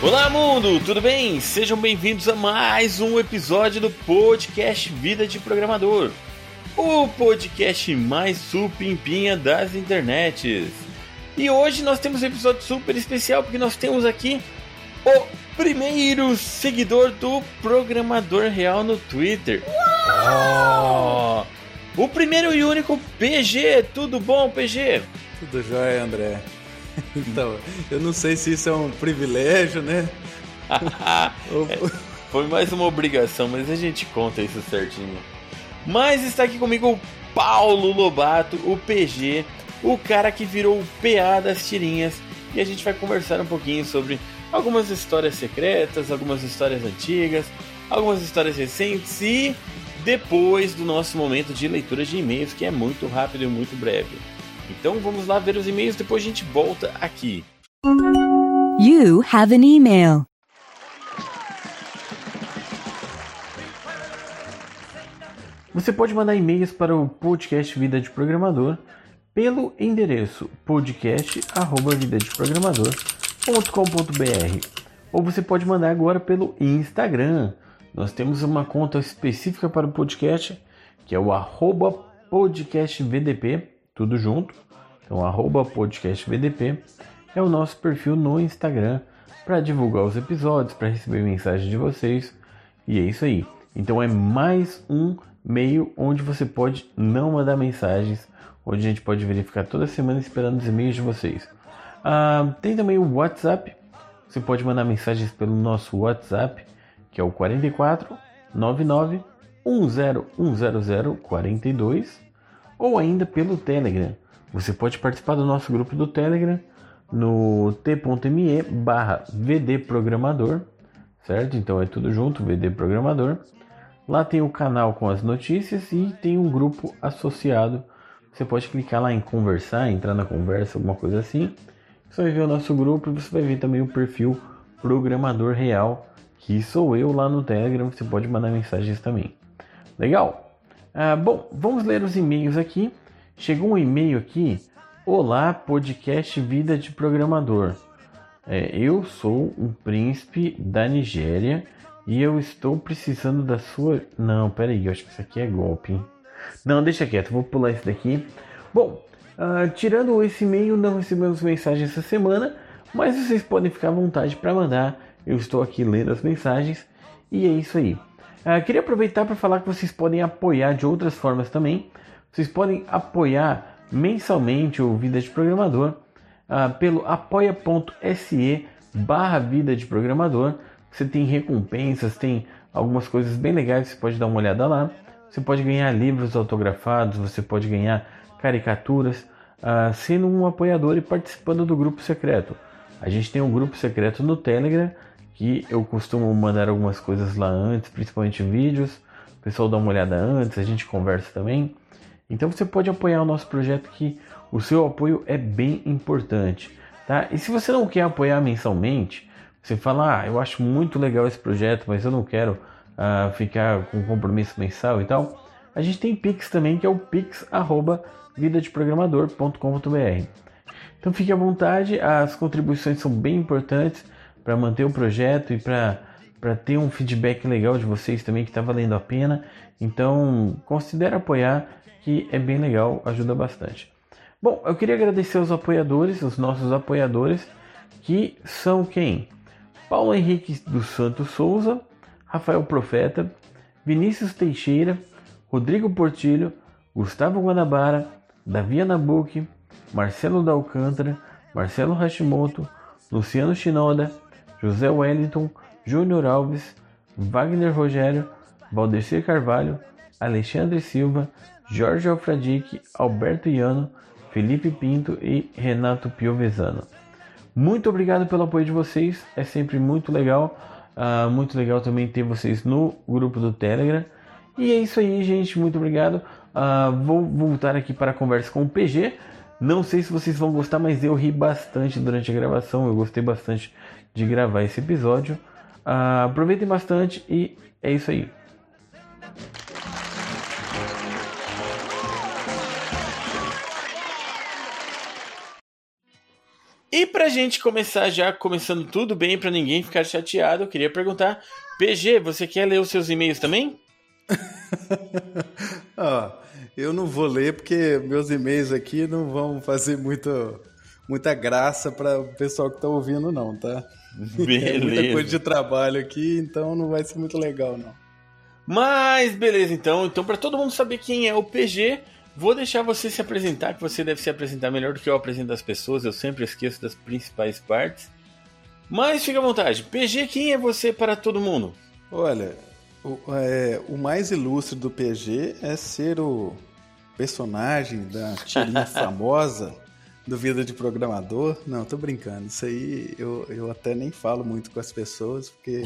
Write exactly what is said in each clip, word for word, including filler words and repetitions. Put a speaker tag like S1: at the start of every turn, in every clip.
S1: Olá mundo, tudo bem? Sejam bem-vindos a mais um episódio do podcast Vida de Programador, o podcast mais supimpinha das internets. E hoje nós temos um episódio super especial porque nós temos aqui o primeiro seguidor do Programador Real no Twitter. Oh, o primeiro e único P G. Tudo bom, P G?
S2: Tudo jóia, André. Então, eu não sei se isso é um privilégio, né?
S1: é, foi mais uma obrigação, mas a gente conta isso certinho. Mas está aqui comigo o Paulo Lobato, o P G, o cara que virou o P A das tirinhas. E a gente vai conversar um pouquinho sobre algumas histórias secretas, algumas histórias antigas, algumas histórias recentes e depois do nosso momento de leitura de e-mails, que é muito rápido e muito breve. Então vamos lá ver os e-mails, depois a gente volta aqui.
S3: You have an email.
S1: Você pode mandar e-mails para o podcast Vida de Programador pelo endereço podcast arroba vida de programador ponto com ponto b r, ou você pode mandar agora pelo Instagram. Nós temos uma conta específica para o podcast, que é o arroba podcastvdp, tudo junto. Então, arroba podcastvdp é o nosso perfil no Instagram para divulgar os episódios, para receber mensagens de vocês. E é isso aí. Então, é mais um meio onde você pode não mandar mensagens, onde a gente pode verificar toda semana esperando os e-mails de vocês. Ah, tem também o WhatsApp. Você pode mandar mensagens pelo nosso WhatsApp, que é o quatro quatro nove nove um zero um zero zero quatro dois, ou ainda pelo Telegram. Você pode participar do nosso grupo do Telegram no t.me barra vdprogramador, certo? Então é tudo junto, vdprogramador. Lá tem o canal com as notícias e tem um grupo associado. Você pode clicar lá em conversar, entrar na conversa, alguma coisa assim. Você vai ver o nosso grupo e você vai ver também o perfil Programador Real, que sou eu lá no Telegram. Você pode mandar mensagens também. Legal? Ah, bom, vamos ler os e-mails aqui. Chegou um e-mail aqui. Olá, podcast Vida de Programador. É, eu sou um príncipe da Nigéria e eu estou precisando da sua... Não, peraí, eu acho que isso aqui é golpe, hein? Não, deixa quieto, vou pular isso daqui. Bom, uh, tirando esse e-mail, não recebemos mensagens essa semana, mas vocês podem ficar à vontade para mandar. Eu estou aqui lendo as mensagens e é isso aí. Uh, queria aproveitar para falar que vocês podem apoiar de outras formas também. Vocês podem apoiar mensalmente o Vida de Programador uh, pelo apoia.se barra Vida de Programador. Você tem recompensas, tem algumas coisas bem legais, você pode dar uma olhada lá. Você pode ganhar livros autografados, você pode ganhar caricaturas, uh, sendo um apoiador e participando do grupo secreto. A gente tem um grupo secreto no Telegram, que eu costumo mandar algumas coisas lá antes, principalmente vídeos. O pessoal dá uma olhada antes, a gente conversa também. Então você pode apoiar o nosso projeto, que o seu apoio é bem importante, tá? E se você não quer apoiar mensalmente, você fala, ah, eu acho muito legal esse projeto, mas eu não quero uh, ficar com compromisso mensal e tal. A gente tem Pix também, que é o pix arroba vida de programador ponto com ponto b r. Então fique à vontade, as contribuições são bem importantes para manter o projeto e para para ter um feedback legal de vocês também, que está valendo a pena. Então considere apoiar, que é bem legal, ajuda bastante. Bom, eu queria agradecer aos apoiadores, os nossos apoiadores, que são quem? Paulo Henrique dos Santos Souza, Rafael Profeta, Vinícius Teixeira, Rodrigo Portilho, Gustavo Guanabara, Davi Anabuque, Marcelo da Alcântara, Marcelo Hashimoto, Luciano Shinoda, José Wellington, Júnior Alves, Wagner Rogério, Valdecir Carvalho, Alexandre Silva, Jorge Alfradique, Alberto Iano, Felipe Pinto e Renato Piovesano. Muito obrigado pelo apoio de vocês, é sempre muito legal, uh, muito legal também ter vocês no grupo do Telegram. E é isso aí, gente, muito obrigado. Uh, vou voltar aqui para a conversa com o P G. Não sei se vocês vão gostar, mas eu ri bastante durante a gravação, eu gostei bastante de gravar esse episódio. Uh, aproveitem bastante e é isso aí. E pra gente começar já, começando tudo bem, pra ninguém ficar chateado, eu queria perguntar, P G, você quer ler os seus e-mails também?
S2: Ó, eu não vou ler porque meus e-mails aqui não vão fazer muito, muita graça para o pessoal que tá ouvindo não, tá?
S1: Beleza.
S2: É muita coisa de trabalho aqui, então não vai ser muito legal não.
S1: Mas beleza, então, então para todo mundo saber quem é o P G, vou deixar você se apresentar, que você deve se apresentar melhor do que eu apresento as pessoas, eu sempre esqueço das principais partes. Mas fica à vontade, P G, quem é você para todo mundo?
S2: Olha, o, é, o mais ilustre do P G é ser o personagem da tirinha famosa do Vida de Programador. Não, tô brincando, isso aí eu, eu até nem falo muito com as pessoas, porque...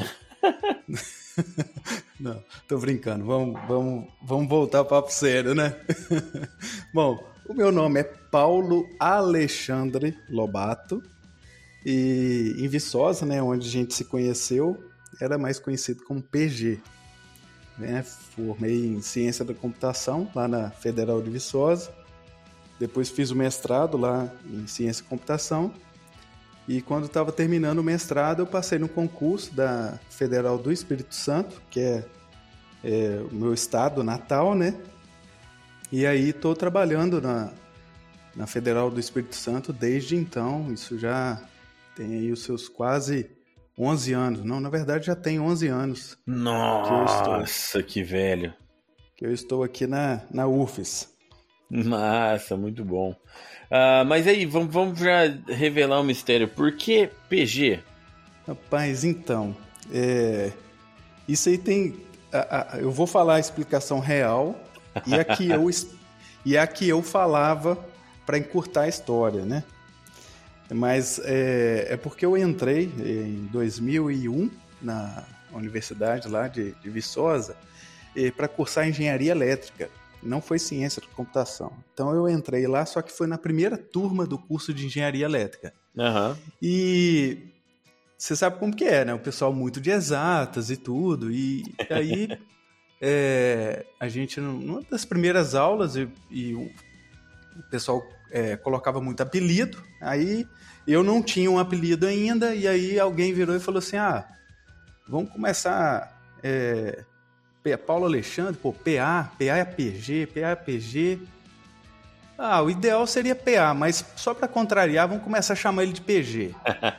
S2: Não, tô brincando, vamos, vamos, vamos voltar ao papo sério, né? Bom, o meu nome é Paulo Alexandre Lobato e em Viçosa, né, onde a gente se conheceu, era mais conhecido como P G. Né? Formei em Ciência da Computação lá na Federal de Viçosa, depois fiz o mestrado lá em Ciência da Computação. E quando estava terminando o mestrado, eu passei no concurso da Federal do Espírito Santo, que é, é o meu estado natal, né? E aí estou trabalhando na, na Federal do Espírito Santo desde então. Isso já tem aí os seus quase onze anos. Não, na verdade já tem onze anos.
S1: Nossa, que, que velho.
S2: Que eu estou aqui na, na U F E S.
S1: Massa, muito bom. Uh, mas aí, vamos, vamos já revelar um mistério. Por que P G?
S2: Rapaz, então, é, isso aí tem... A, a, eu vou falar a explicação real e a que eu, e a que eu falava para encurtar a história, né? Mas é, é porque eu entrei em dois mil e um na universidade lá de, de Viçosa para cursar engenharia elétrica. Não foi ciência da computação. Então eu entrei lá, só que foi na primeira turma do curso de engenharia elétrica.
S1: Uhum.
S2: E você sabe como que é, né? O pessoal muito de exatas e tudo. E aí é, a gente, numa das primeiras aulas, e, e o, o pessoal é, colocava muito apelido. Aí eu não tinha um apelido ainda, e aí alguém virou e falou assim, ah, vamos começar... É, Paulo Alexandre, pô, P A, P A é P G, P A é P G. Ah, o ideal seria P A, mas só para contrariar, vamos começar a chamar ele de P G.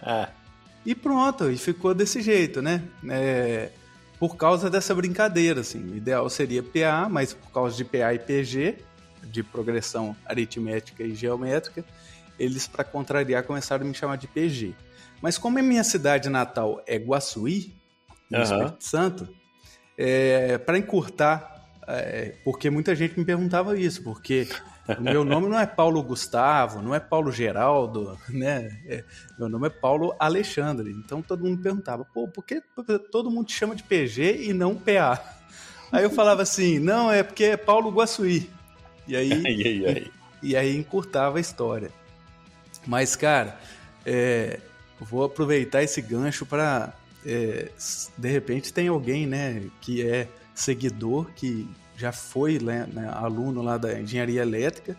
S2: E pronto, e ficou desse jeito, né? É, por causa dessa brincadeira, assim. O ideal seria P A, mas por causa de P A e P G, de progressão aritmética e geométrica, eles, para contrariar, começaram a me chamar de P G. Mas como a minha cidade natal é Guaçuí, no uhum. Espírito Santo, É, para encurtar, é, porque muita gente me perguntava isso, porque o meu nome não é Paulo Gustavo, não é Paulo Geraldo, né? É, meu nome é Paulo Alexandre. Então todo mundo me perguntava, pô, por que todo mundo te chama de P G e não P A? Aí eu falava assim, não, é porque é Paulo Guaçuí. E aí, ai, ai, ai. E, e aí encurtava a história. Mas, cara, é, vou aproveitar esse gancho para... É, de repente tem alguém, né, que é seguidor, que já foi, né, aluno lá da engenharia elétrica,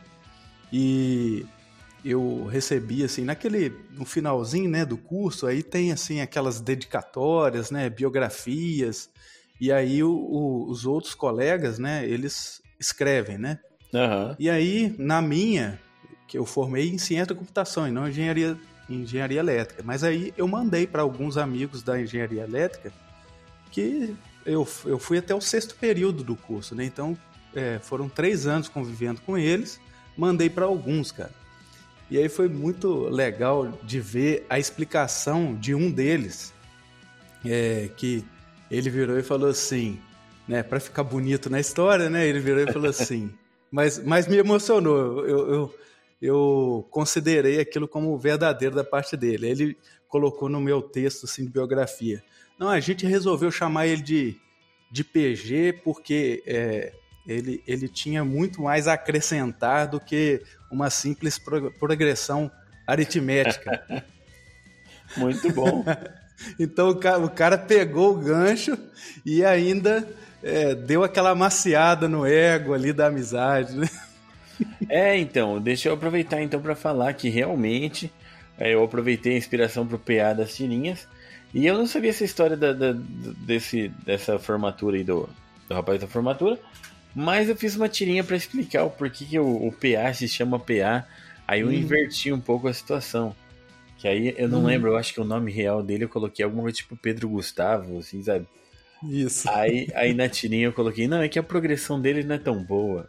S2: e eu recebi assim, naquele, no finalzinho, né, do curso, aí tem assim aquelas dedicatórias, né, biografias, e aí o, o, os outros colegas, né, eles escrevem, né,
S1: uhum.
S2: E aí na minha, que eu formei em ciência da computação e não engenharia engenharia elétrica, mas aí eu mandei para alguns amigos da engenharia elétrica que eu, eu fui até o sexto período do curso, né? Então é, foram três anos convivendo com eles, mandei para alguns, cara. E aí foi muito legal de ver a explicação de um deles, é, que ele virou e falou assim, né, para ficar bonito na história, né? Ele virou e falou assim, mas, mas me emocionou, eu, eu eu considerei aquilo como verdadeiro da parte dele. Ele colocou no meu texto assim, de biografia. Não, a gente resolveu chamar ele de, de P G porque é, ele, ele tinha muito mais a acrescentar do que uma simples pro, progressão aritmética.
S1: Muito bom.
S2: Então o cara, o cara pegou o gancho e ainda é, deu aquela amaciada no ego ali da amizade, né?
S1: É, então, deixa eu aproveitar então para falar que realmente Aí eu aproveitei a inspiração pro P A das tirinhas. E eu não sabia essa história da, da, desse, dessa formatura aí do, do rapaz da formatura. Mas eu fiz uma tirinha pra explicar o porquê que o, o P A se chama P A. Aí eu hum. inverti um pouco a situação. Que aí eu não hum. lembro, eu acho que o nome real dele eu coloquei alguma coisa tipo Pedro Gustavo, assim, sabe?
S2: Isso.
S1: Aí, aí na tirinha eu coloquei, não, é que a progressão dele não é tão boa.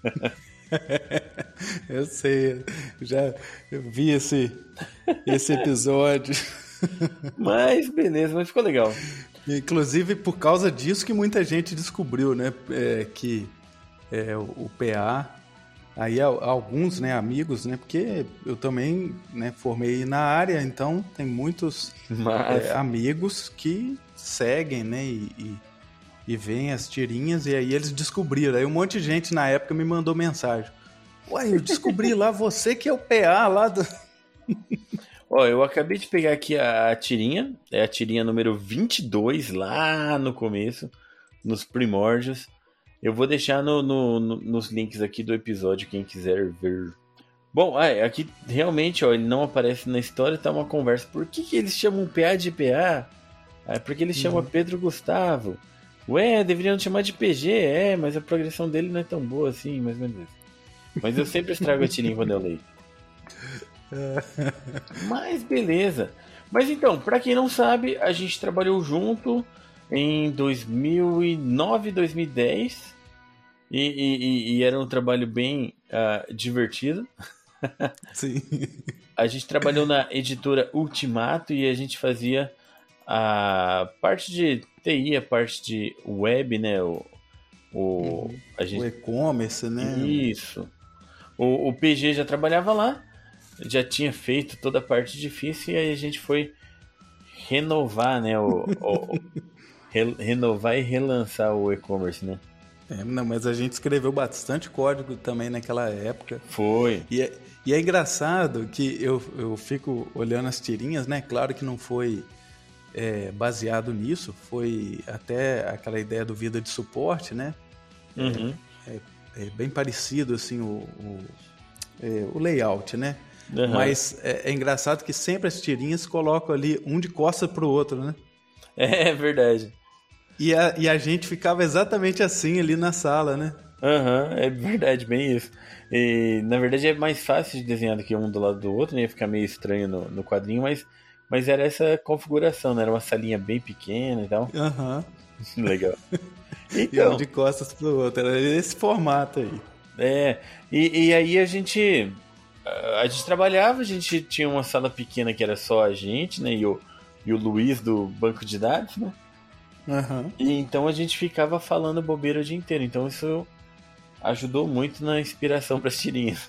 S2: Eu sei, já vi esse, esse episódio.
S1: Mas beleza, mas ficou legal.
S2: Inclusive por causa disso que muita gente descobriu, né, é, que é, o, o P A, aí alguns, né, amigos, né, porque eu também, né, formei na área, então tem muitos
S1: mas...
S2: é, amigos que seguem, né, e, e, e veem as tirinhas, e aí eles descobriram. Aí um monte de gente na época me mandou mensagem. Uai, eu descobri lá, você que é o P A lá do...
S1: Ó, eu acabei de pegar aqui a, a tirinha, é a tirinha número vinte e dois, lá no começo, nos primórdios. Eu vou deixar no, no, no, nos links aqui do episódio, quem quiser ver. Bom, ah, aqui realmente, ó, ele não aparece na história, tá uma conversa. Por que, que eles chamam P A de P A? Ah, porque eles chamam uhum. Pedro Gustavo. Ué, deveriam chamar de P G, é, mas a progressão dele não é tão boa assim, mais ou menos isso. Mas eu sempre estrago a tirinha quando eu leio. Mas beleza. Mas então, pra quem não sabe, a gente trabalhou junto em dois mil e nove, dois mil e dez e, e, e era um trabalho bem uh, divertido.
S2: Sim.
S1: A gente trabalhou na editora Ultimato e a gente fazia a parte de T I, a parte de web, né? O, o, a gente...
S2: o e-commerce, né?
S1: Isso. O, o P G já trabalhava lá, já tinha feito toda a parte difícil e aí a gente foi renovar, né? O, o, re, renovar e relançar o e-commerce, né?
S2: É, não, mas a gente escreveu bastante código também naquela época.
S1: Foi.
S2: E é, e é engraçado que eu, eu fico olhando as tirinhas, né? Claro que não foi é, baseado nisso, foi até aquela ideia do Vida de Suporte, né?
S1: Uhum.
S2: É, é, é bem parecido, assim, o, o, é, o layout, né? Uhum. Mas é, é engraçado que sempre as tirinhas colocam ali um de costas pro outro, né?
S1: É verdade.
S2: E a, e a gente ficava exatamente assim ali na sala, né?
S1: Aham, uhum, é verdade, bem isso. E na verdade é mais fácil de desenhar do que um do lado do outro, né? Ia ficar meio estranho no, no quadrinho, mas, mas era essa configuração, né? Era uma salinha bem pequena e tal.
S2: Aham.
S1: Uhum. Legal.
S2: Então, e um de costas pro outro, era esse formato aí.
S1: É, e, e aí a gente a gente trabalhava, a gente tinha uma sala pequena que era só a gente, né, e o, e o Luiz do banco de dados, né,
S2: uhum.
S1: E então a gente ficava falando bobeira o dia inteiro, então isso ajudou muito na inspiração para as tirinhas.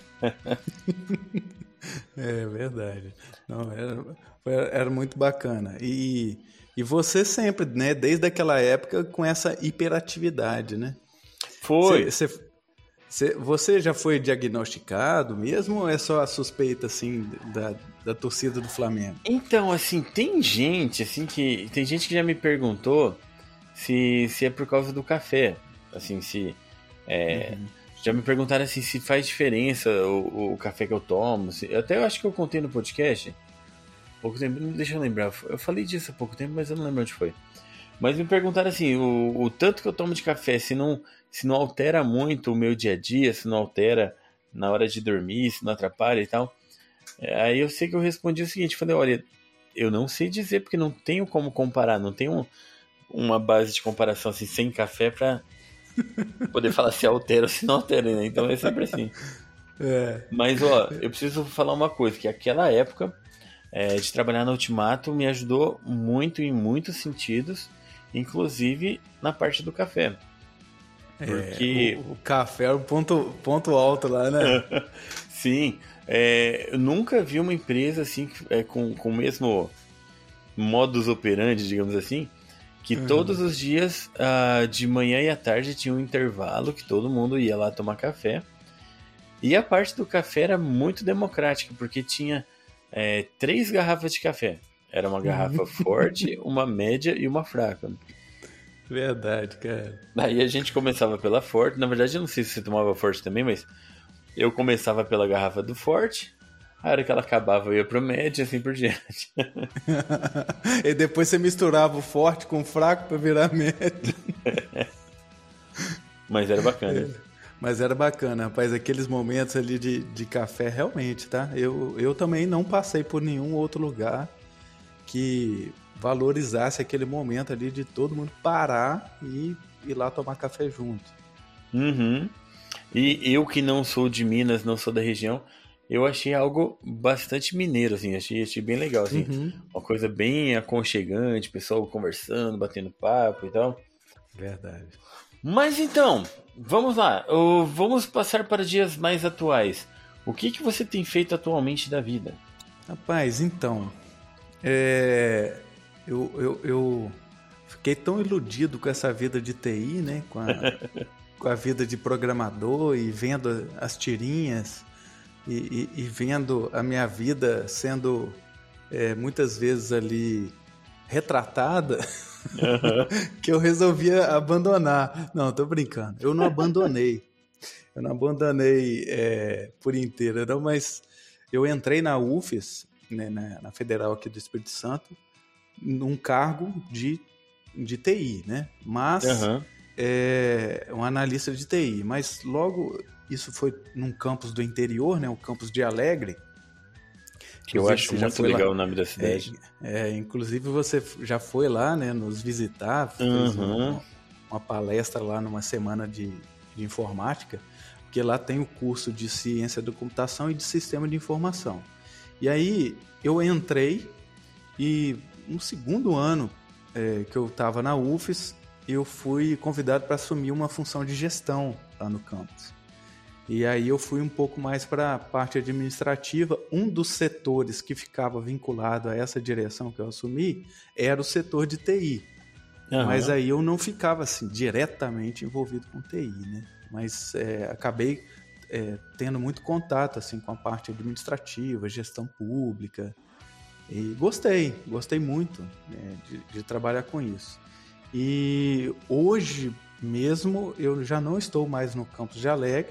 S2: É verdade, não, era, era muito bacana, e... E você sempre, né, desde aquela época, com essa hiperatividade, né?
S1: Foi.
S2: Cê, cê, cê, você já foi diagnosticado mesmo ou é só a suspeita, assim, da, da torcida do Flamengo?
S1: Então, assim, tem gente, assim, que... Tem gente que já me perguntou se, se é por causa do café. Assim, se... É, uhum. Já me perguntaram, assim, se faz diferença o, o café que eu tomo. Se, até eu acho que eu contei no podcast... pouco tempo, deixa eu lembrar, eu falei disso há pouco tempo, mas eu não lembro onde foi. Mas me perguntaram assim, o, o tanto que eu tomo de café, se não, se não altera muito o meu dia a dia, se não altera na hora de dormir, se não atrapalha e tal. Aí eu sei que eu respondi o seguinte, falei, olha, eu não sei dizer, porque não tenho como comparar, não tenho uma base de comparação assim, sem café pra poder falar se altera ou se não altera, né? Então é sempre assim.
S2: É.
S1: Mas, ó, eu preciso falar uma coisa, que aquela época... É, de trabalhar na Ultimato me ajudou muito em muitos sentidos, inclusive na parte do café.
S2: Porque... É, o, o café é o ponto, ponto alto lá, né?
S1: Sim, é, eu nunca vi uma empresa assim é, com, com o mesmo modus operandi, digamos assim, que uhum. todos os dias, uh, de manhã e à tarde, tinha um intervalo que todo mundo ia lá tomar café. E a parte do café era muito democrática, porque tinha... É, três garrafas de café. Era uma garrafa forte, uma média e uma fraca.
S2: Verdade, cara.
S1: Aí a gente começava pela forte. Na verdade, eu não sei se você tomava forte também, mas eu começava pela garrafa do forte. A hora que ela acabava, eu ia pro médio e assim por diante.
S2: E depois você misturava o forte com o fraco pra virar médio.
S1: Mas era bacana.
S2: É, mas era bacana, rapaz. Aqueles momentos ali de, de café, realmente, tá? Eu, eu também não passei por nenhum outro lugar que valorizasse aquele momento ali de todo mundo parar e ir lá tomar café junto.
S1: Uhum. E eu que não sou de Minas, não sou da região, eu achei algo bastante mineiro, assim, achei, achei bem legal, assim,
S2: Uhum.
S1: uma coisa bem aconchegante, pessoal conversando, batendo papo e tal.
S2: Verdade.
S1: Mas então, vamos lá, uh, vamos passar para dias mais atuais. O que, que você tem feito atualmente da vida?
S2: Rapaz, então, é, eu, eu, eu fiquei tão iludido com essa vida de T I, né, com a, com a vida de programador e vendo as tirinhas e, e, e vendo a minha vida sendo é, muitas vezes ali retratada, uhum. que eu resolvia abandonar. Não, tô brincando, eu não abandonei, eu não abandonei é, por inteiro, não, mas eu entrei na U F E S, né, na, na Federal aqui do Espírito Santo, num cargo de, de T I, né? Mas uhum. é um analista de T I. Mas logo, isso foi num campus do interior, né? O campus de Alegre.
S1: Que eu acho muito legal lá, o nome da cidade.
S2: É, é, inclusive você já foi lá, né? Nos visitar, fez
S1: uhum.
S2: uma, uma palestra lá numa semana de, de informática, porque lá tem o curso de ciência da computação e de sistema de informação. E aí eu entrei e no segundo ano é, que eu estava na U F E S, eu fui convidado para assumir uma função de gestão lá no campus. E aí eu fui um pouco mais para a parte administrativa. Um dos setores que ficava vinculado a essa direção que eu assumi era o setor de T I. Uhum. Mas aí eu não ficava assim, diretamente envolvido com T I, né? Mas é, acabei é, tendo muito contato assim, com a parte administrativa, gestão pública. E gostei, gostei muito né, de, de trabalhar com isso. E hoje mesmo eu já não estou mais no campus de Alegre.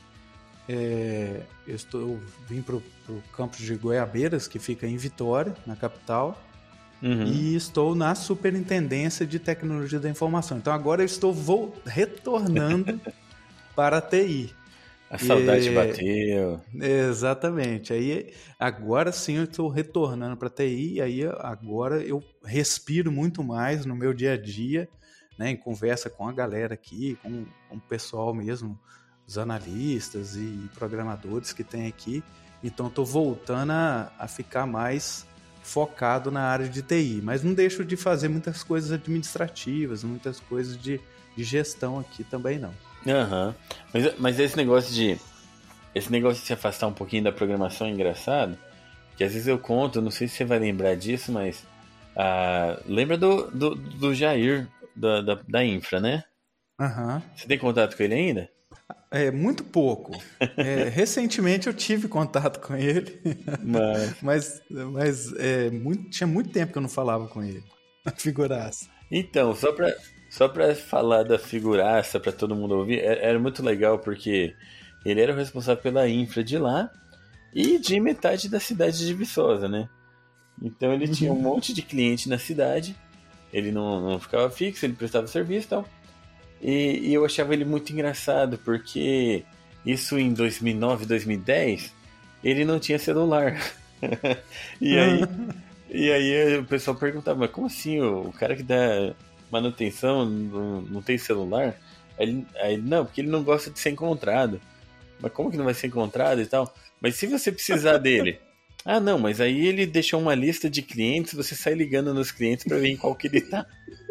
S2: É, eu, estou, eu vim para o campus de Goiabeiras, que fica em Vitória, na capital. Uhum. E estou na Superintendência de Tecnologia da Informação. Então agora eu estou vou, retornando para a T I.
S1: A saudade e... bateu.
S2: Exatamente. Aí agora sim eu estou retornando para a T I. E aí agora eu respiro muito mais no meu dia a dia, né, em conversa com a galera aqui, com, com o pessoal mesmo, os analistas e programadores que tem aqui. Então estou voltando a, a ficar mais focado na área de T I, mas não deixo de fazer muitas coisas administrativas, muitas coisas de, de gestão aqui também não.
S1: Uhum. Mas, mas esse negócio de esse negócio de se afastar um pouquinho da programação é engraçado, que às vezes eu conto, não sei se você vai lembrar disso, mas ah, lembra do, do, do Jair da, da, da Infra, né?
S2: Uhum.
S1: Você tem contato com ele ainda?
S2: É, muito pouco. É, recentemente eu tive contato com ele, mas, mas, mas é, muito, tinha muito tempo que eu não falava com ele. Figuraça.
S1: Então, só pra, só pra falar da figuraça, pra todo mundo ouvir, era muito legal porque ele era o responsável pela infra de lá e de metade da cidade de Viçosa, né? Então ele tinha um monte de cliente na cidade, ele não, não ficava fixo, ele prestava serviço e tal. E, e eu achava ele muito engraçado, porque isso em dois mil e nove, dois mil e dez, ele não tinha celular. e, aí, e aí o pessoal perguntava, mas como assim o cara que dá manutenção não, não tem celular? Aí ele, aí, não, porque ele não gosta de ser encontrado. Mas como que não vai ser encontrado e tal? Mas se você precisar dele... Ah, não, mas aí ele deixou uma lista de clientes, você sai ligando nos clientes pra ver em qual que ele tá.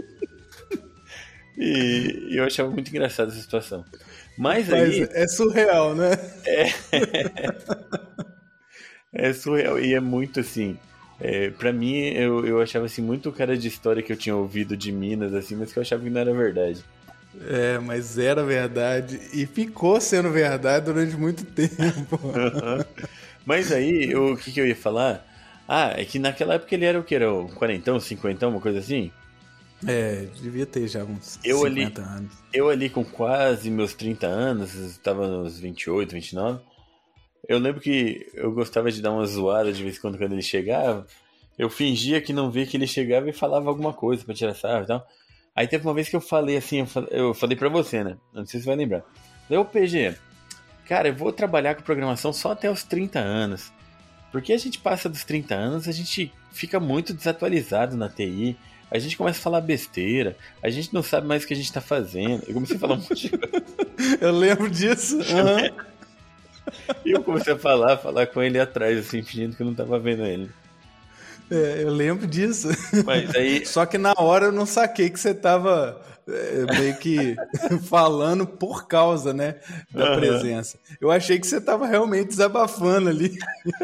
S1: E eu achava muito engraçada essa situação. Mas, Mas aí...
S2: É surreal, né?
S1: É, é surreal. E é muito assim... É, pra mim, eu, eu achava assim, muito cara de história que eu tinha ouvido de Minas, assim, mas que eu achava que não era verdade.
S2: É, mas era verdade. E ficou sendo verdade durante muito tempo.
S1: Mas aí, o que, que eu ia falar? Ah, é que naquela época ele era o que? Era o quarentão, cinquentão, uma coisa assim?
S2: É, devia ter já uns
S1: eu
S2: cinquenta
S1: ali,
S2: anos.
S1: Eu ali com quase meus trinta anos, estava nos vinte e oito, vinte e nove, eu lembro que eu gostava de dar uma zoada de vez em quando quando ele chegava. Eu fingia que não via que ele chegava e falava alguma coisa pra tirar sarro e tal. Aí teve uma vez que eu falei assim, eu falei, eu falei pra você, né? Não sei se você vai lembrar. Eu, P G, cara, eu vou trabalhar com programação só até os trinta anos. Porque a gente passa dos trinta anos, a gente fica muito desatualizado na T I. A gente começa a falar besteira. A gente não sabe mais o que a gente tá fazendo. Eu comecei a falar um monte de coisa.
S2: Eu lembro disso. Uhum.
S1: E eu comecei a falar, falar com ele atrás, assim, fingindo que eu não tava vendo ele.
S2: É, eu lembro disso.
S1: Mas aí...
S2: Só que na hora eu não saquei que você tava é, meio que falando por causa, né, da uhum. presença. Eu achei que você tava realmente desabafando ali.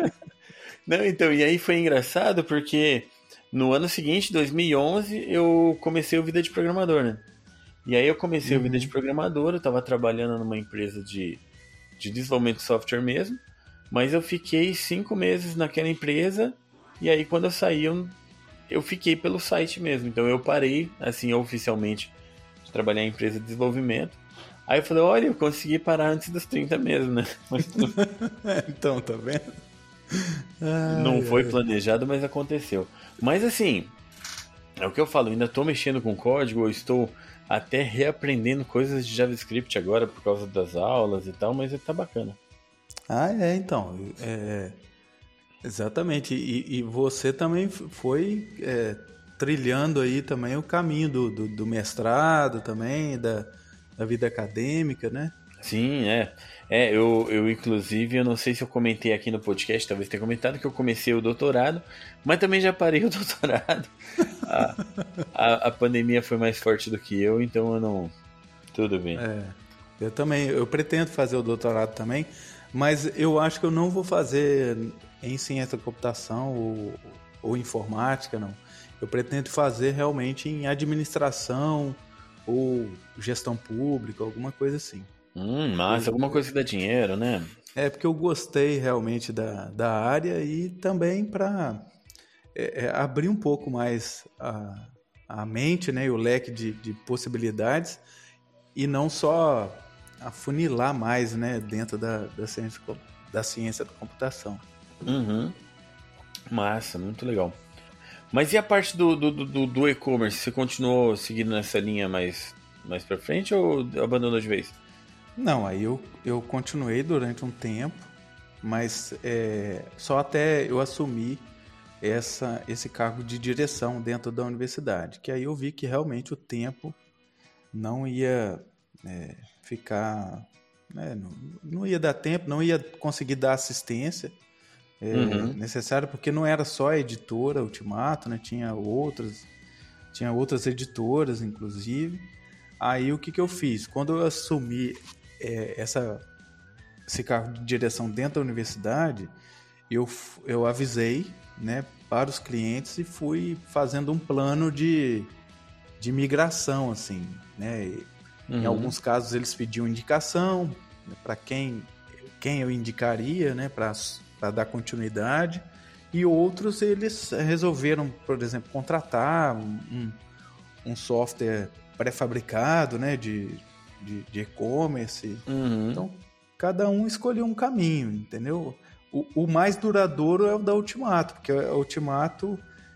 S1: Não, então, e aí foi engraçado porque no ano seguinte, dois mil e onze, eu comecei o Vida de Programador, né? E aí eu comecei uhum. o Vida de Programador, eu tava trabalhando numa empresa de, de desenvolvimento de software mesmo, mas eu fiquei cinco meses naquela empresa. E aí, quando eu saí, eu, eu fiquei pelo site mesmo. Então, eu parei, assim, oficialmente, de trabalhar em empresa de desenvolvimento. Aí eu falei, olha, eu consegui parar antes dos trinta mesmo, né? Mas,
S2: então, tá vendo?
S1: Não ai, foi ai. planejado, mas aconteceu. Mas, assim, é o que eu falo, ainda estou mexendo com código, eu estou até reaprendendo coisas de JavaScript agora por causa das aulas e tal, mas tá bacana.
S2: Ah, é, então, é... Exatamente, e, e você também foi é, trilhando aí também o caminho do, do, do mestrado também, da, da vida acadêmica, né?
S1: Sim, é. É, eu, eu inclusive, eu não sei se eu comentei aqui no podcast, talvez tenha comentado que eu comecei o doutorado, mas também já parei o doutorado. A, a, a pandemia foi mais forte do que eu, então eu não... Tudo bem.
S2: É, eu também, eu pretendo fazer o doutorado também, mas eu acho que eu não vou fazer em ciência da computação ou, ou informática, não. Eu pretendo fazer realmente em administração ou gestão pública, alguma coisa assim.
S1: Hum, massa, eu, alguma coisa que dá dinheiro, né?
S2: É, porque eu gostei realmente da, da área e também para é, é, abrir um pouco mais a, a mente, né, e o leque de, de possibilidades e não só afunilar mais, né, dentro da, da, ciência, da ciência da computação.
S1: Uhum. Massa, muito legal. Mas e a parte do, do, do, do e-commerce? Você continuou seguindo nessa linha mais, mais pra frente ou abandonou de vez?
S2: Não, aí eu, eu continuei durante um tempo, mas é, só até eu assumir essa, esse cargo de direção dentro da universidade, que aí eu vi que realmente o tempo não ia é, ficar... Né, não, não ia dar tempo, não ia conseguir dar assistência É, uhum. necessário, porque não era só a editora Ultimato, né? Tinha outras, tinha outras editoras, inclusive. Aí o que, que eu fiz? Quando eu assumi é, essa, esse cargo de direção dentro da universidade, eu, eu avisei, né, para os clientes e fui fazendo um plano de, de migração, assim, né? Uhum. Em alguns casos eles pediam indicação, né, para quem, quem eu indicaria, né, para para dar continuidade, e outros eles resolveram, por exemplo, contratar um, um software pré-fabricado, né, de, de, de e-commerce. Uhum. Então, cada um escolheu um caminho, entendeu? O, o mais duradouro é o da Ultimato, porque a Ultimato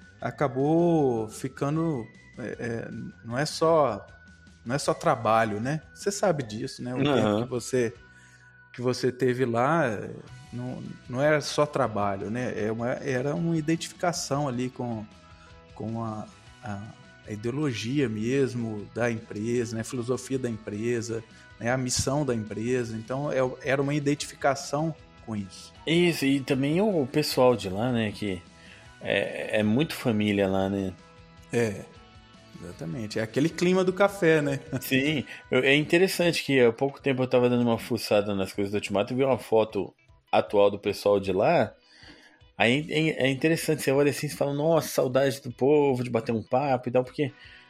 S2: acabou ficando... É, é, não é só não é só trabalho, né? Você sabe disso, né? O uhum. tempo que você, que você teve lá... Não, não era só trabalho, né? Era uma, era uma identificação ali com, com a, a, a ideologia mesmo da empresa, né? A filosofia da empresa, né? A missão da empresa. Então, é, era uma identificação com isso.
S1: Isso, e também o pessoal de lá, né? Que é, é muito família lá, né?
S2: É, exatamente. É aquele clima do café, né?
S1: Sim, é interessante que há pouco tempo eu estava dando uma fuçada nas coisas do Ultimato e vi uma foto atual do pessoal de lá. Aí é interessante, você olha assim e fala, nossa, saudade do povo, de bater um papo e tal, porque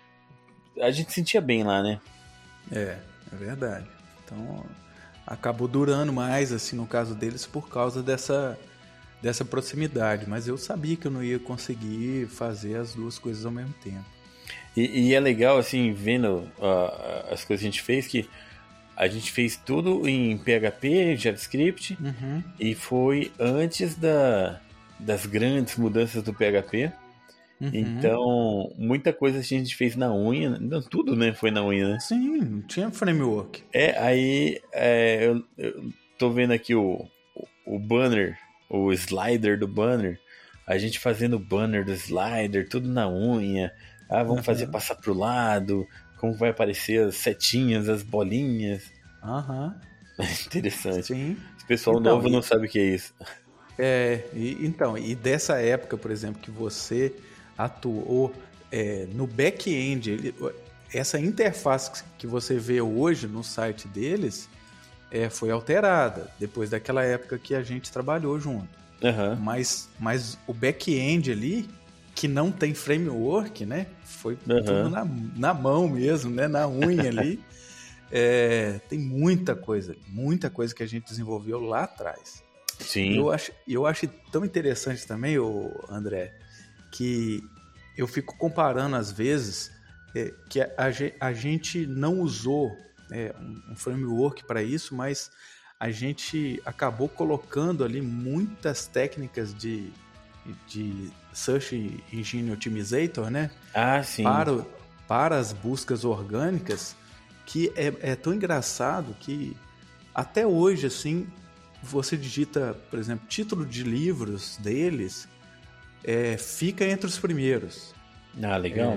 S1: a gente sentia bem lá, né?
S2: É, é verdade. Então, acabou durando mais, assim, no caso deles, por causa dessa, dessa proximidade. Mas eu sabia que eu não ia conseguir fazer as duas coisas ao mesmo tempo.
S1: E, e é legal, assim, vendo uh, as coisas que a gente fez, que a gente fez tudo em P H P, JavaScript,
S2: Uhum.
S1: e foi antes da, das grandes mudanças do P H P.
S2: Uhum.
S1: Então, muita coisa a gente fez na unha, não, tudo, né, foi na unha, né?
S2: Sim, não tinha framework.
S1: É, aí é, eu, eu tô vendo aqui o, o, o banner, o slider do banner, a gente fazendo o banner do slider, tudo na unha. Ah, vamos
S2: Uhum.
S1: fazer passar pro lado, como vai aparecer as setinhas, as bolinhas.
S2: Aham.
S1: Interessante.
S2: Sim.
S1: Esse pessoal
S2: Então,
S1: novo
S2: e-
S1: não sabe o que é isso.
S2: É, e, então, e dessa época, por exemplo, que você atuou é, no back-end, ele- essa interface que você vê hoje no site deles é, foi alterada depois daquela época que a gente trabalhou junto.
S1: Aham.
S2: Mas, mas o back-end ali, que não tem framework, né? Foi
S1: Aham.
S2: tudo na, na mão mesmo, né? Na unha ali. É, tem muita coisa, muita coisa que a gente desenvolveu lá atrás.
S1: Sim.
S2: Eu acho, eu acho tão interessante também, ô André, que eu fico comparando às vezes é, que a, a ge- a gente não usou é, um, um framework para isso, mas a gente acabou colocando ali muitas técnicas de, de Search Engine Optimizator, né?
S1: Ah, sim.
S2: Para, o- para as buscas orgânicas, que é, é tão engraçado que até hoje, assim, você digita, por exemplo, título de livros deles, é, fica entre os primeiros.
S1: Ah, legal.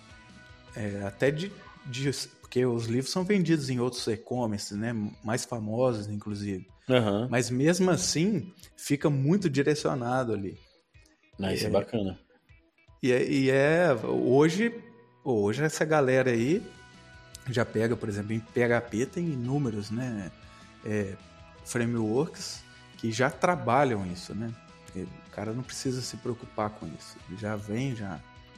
S2: É, até de, de- porque os livros são vendidos em outros e-commerce, né, mais famosos, inclusive.
S1: Aham.
S2: Mas mesmo assim, fica muito direcionado ali.
S1: Ah, isso é bacana.
S2: E é, e é- hoje, hoje essa galera aí já pega, por exemplo, em P H P tem inúmeros, né, é, frameworks que já trabalham isso, né? O cara não precisa se preocupar com isso, ele já vem já.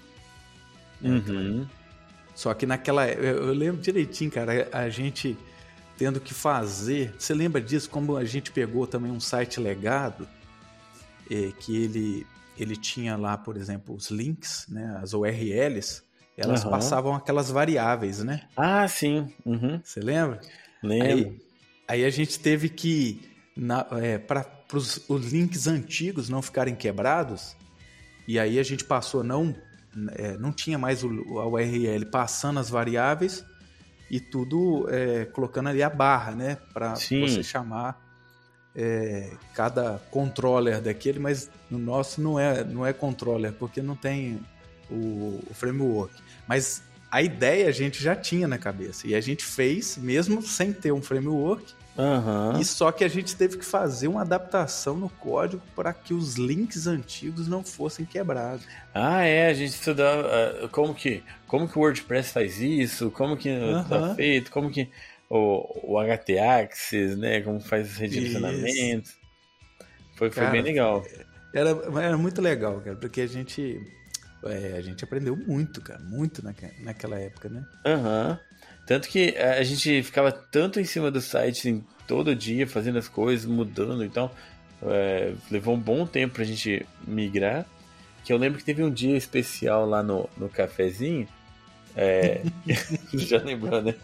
S1: Uhum.
S2: Só que naquela, eu, eu lembro direitinho, cara, a gente tendo que fazer. Você lembra disso? Como a gente pegou também um site legado, é, que ele ele tinha lá, por exemplo, os links, né, as U R Ls, elas
S1: Aham.
S2: passavam aquelas variáveis, né?
S1: Ah, sim. Uhum.
S2: Você lembra?
S1: Lembro.
S2: Aí, aí a gente teve que, é, para os links antigos não ficarem quebrados, e aí a gente passou a não, é, não tinha mais o, a U R L passando as variáveis e tudo é, colocando ali a barra, né? Para
S1: Sim.
S2: você chamar é, cada controller daquele, mas no nosso não é, não é controller, porque não tem o, o framework. Mas a ideia a gente já tinha na cabeça. E a gente fez, mesmo sem ter um framework.
S1: Aham.
S2: E só que a gente teve que fazer uma adaptação no código para que os links antigos não fossem quebrados.
S1: Ah, é, a gente estudava ah, como que, como que o WordPress faz isso, como que
S2: Aham.
S1: tá feito, como que o, o H T Access, né, como faz os redirecionamentos. Foi, foi
S2: Cara,
S1: bem legal.
S2: Era, era muito legal, cara, porque a gente, é, a gente aprendeu muito, cara, muito naque, naquela época, né?
S1: Aham. Tanto que a gente ficava tanto em cima do site assim, todo dia, fazendo as coisas, mudando e tal. É, levou um bom tempo pra gente migrar. Que eu lembro que teve um dia especial lá no, no cafezinho. É, já lembrou, né?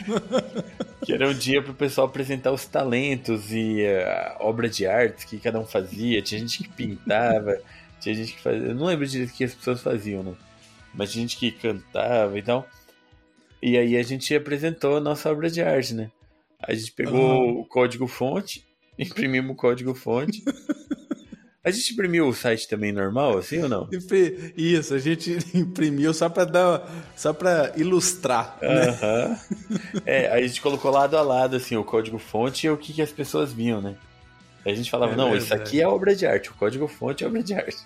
S1: Que era um dia pro pessoal apresentar os talentos e a obra de arte que cada um fazia. Tinha gente que pintava, tinha gente que fazia. Eu não lembro direito o que as pessoas faziam, né? Mas tinha gente que cantava e tal. E aí a gente apresentou a nossa obra de arte, né? A gente pegou
S2: Uhum.
S1: o código-fonte, imprimimos o código-fonte. A gente imprimiu o site também normal, assim ou não?
S2: Impri- Isso, a gente imprimiu só para dar, só para ilustrar, né?
S1: Aham. É, aí a gente colocou lado a lado, assim, o código-fonte e o que, que as pessoas viam, né? Aí a gente falava,
S2: É
S1: não,
S2: verdade.
S1: isso aqui é obra de arte, o código-fonte é obra de arte.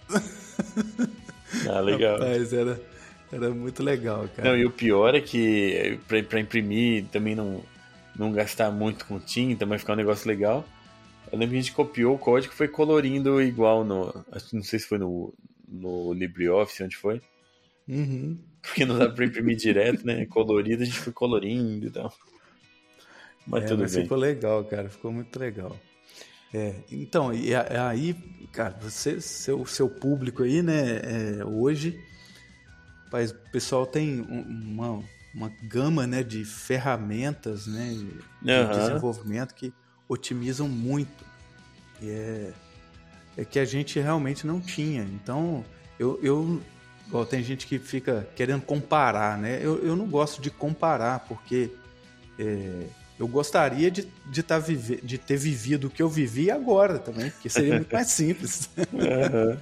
S1: Ah, legal.
S2: Rapaz, era, era muito legal, cara.
S1: Não, e o pior é que pra, pra imprimir também não, não gastar muito com tinta, mas ficar um negócio legal. Eu lembro que a gente copiou o código e foi colorindo igual no. Acho que não sei se foi no, no LibreOffice, onde foi.
S2: Uhum.
S1: Porque não dá pra imprimir direto, né? Colorido, a gente foi colorindo e tal. Mas
S2: É,
S1: tudo
S2: mas
S1: bem.
S2: ficou legal, cara, ficou muito legal. É, então, e a- aí, cara, você, seu, seu público aí, né, é, hoje, rapaz, o pessoal tem um- uma, uma gama, né, de ferramentas, né, de
S1: Uhum.
S2: desenvolvimento que otimizam muito. E é, é que a gente realmente não tinha. Então, eu, eu igual, tem gente que fica querendo comparar, né? Eu, eu não gosto de comparar, porque é, eu gostaria de, de, tá vive, de ter vivido o que eu vivi agora também, porque seria muito mais simples.
S1: Uhum.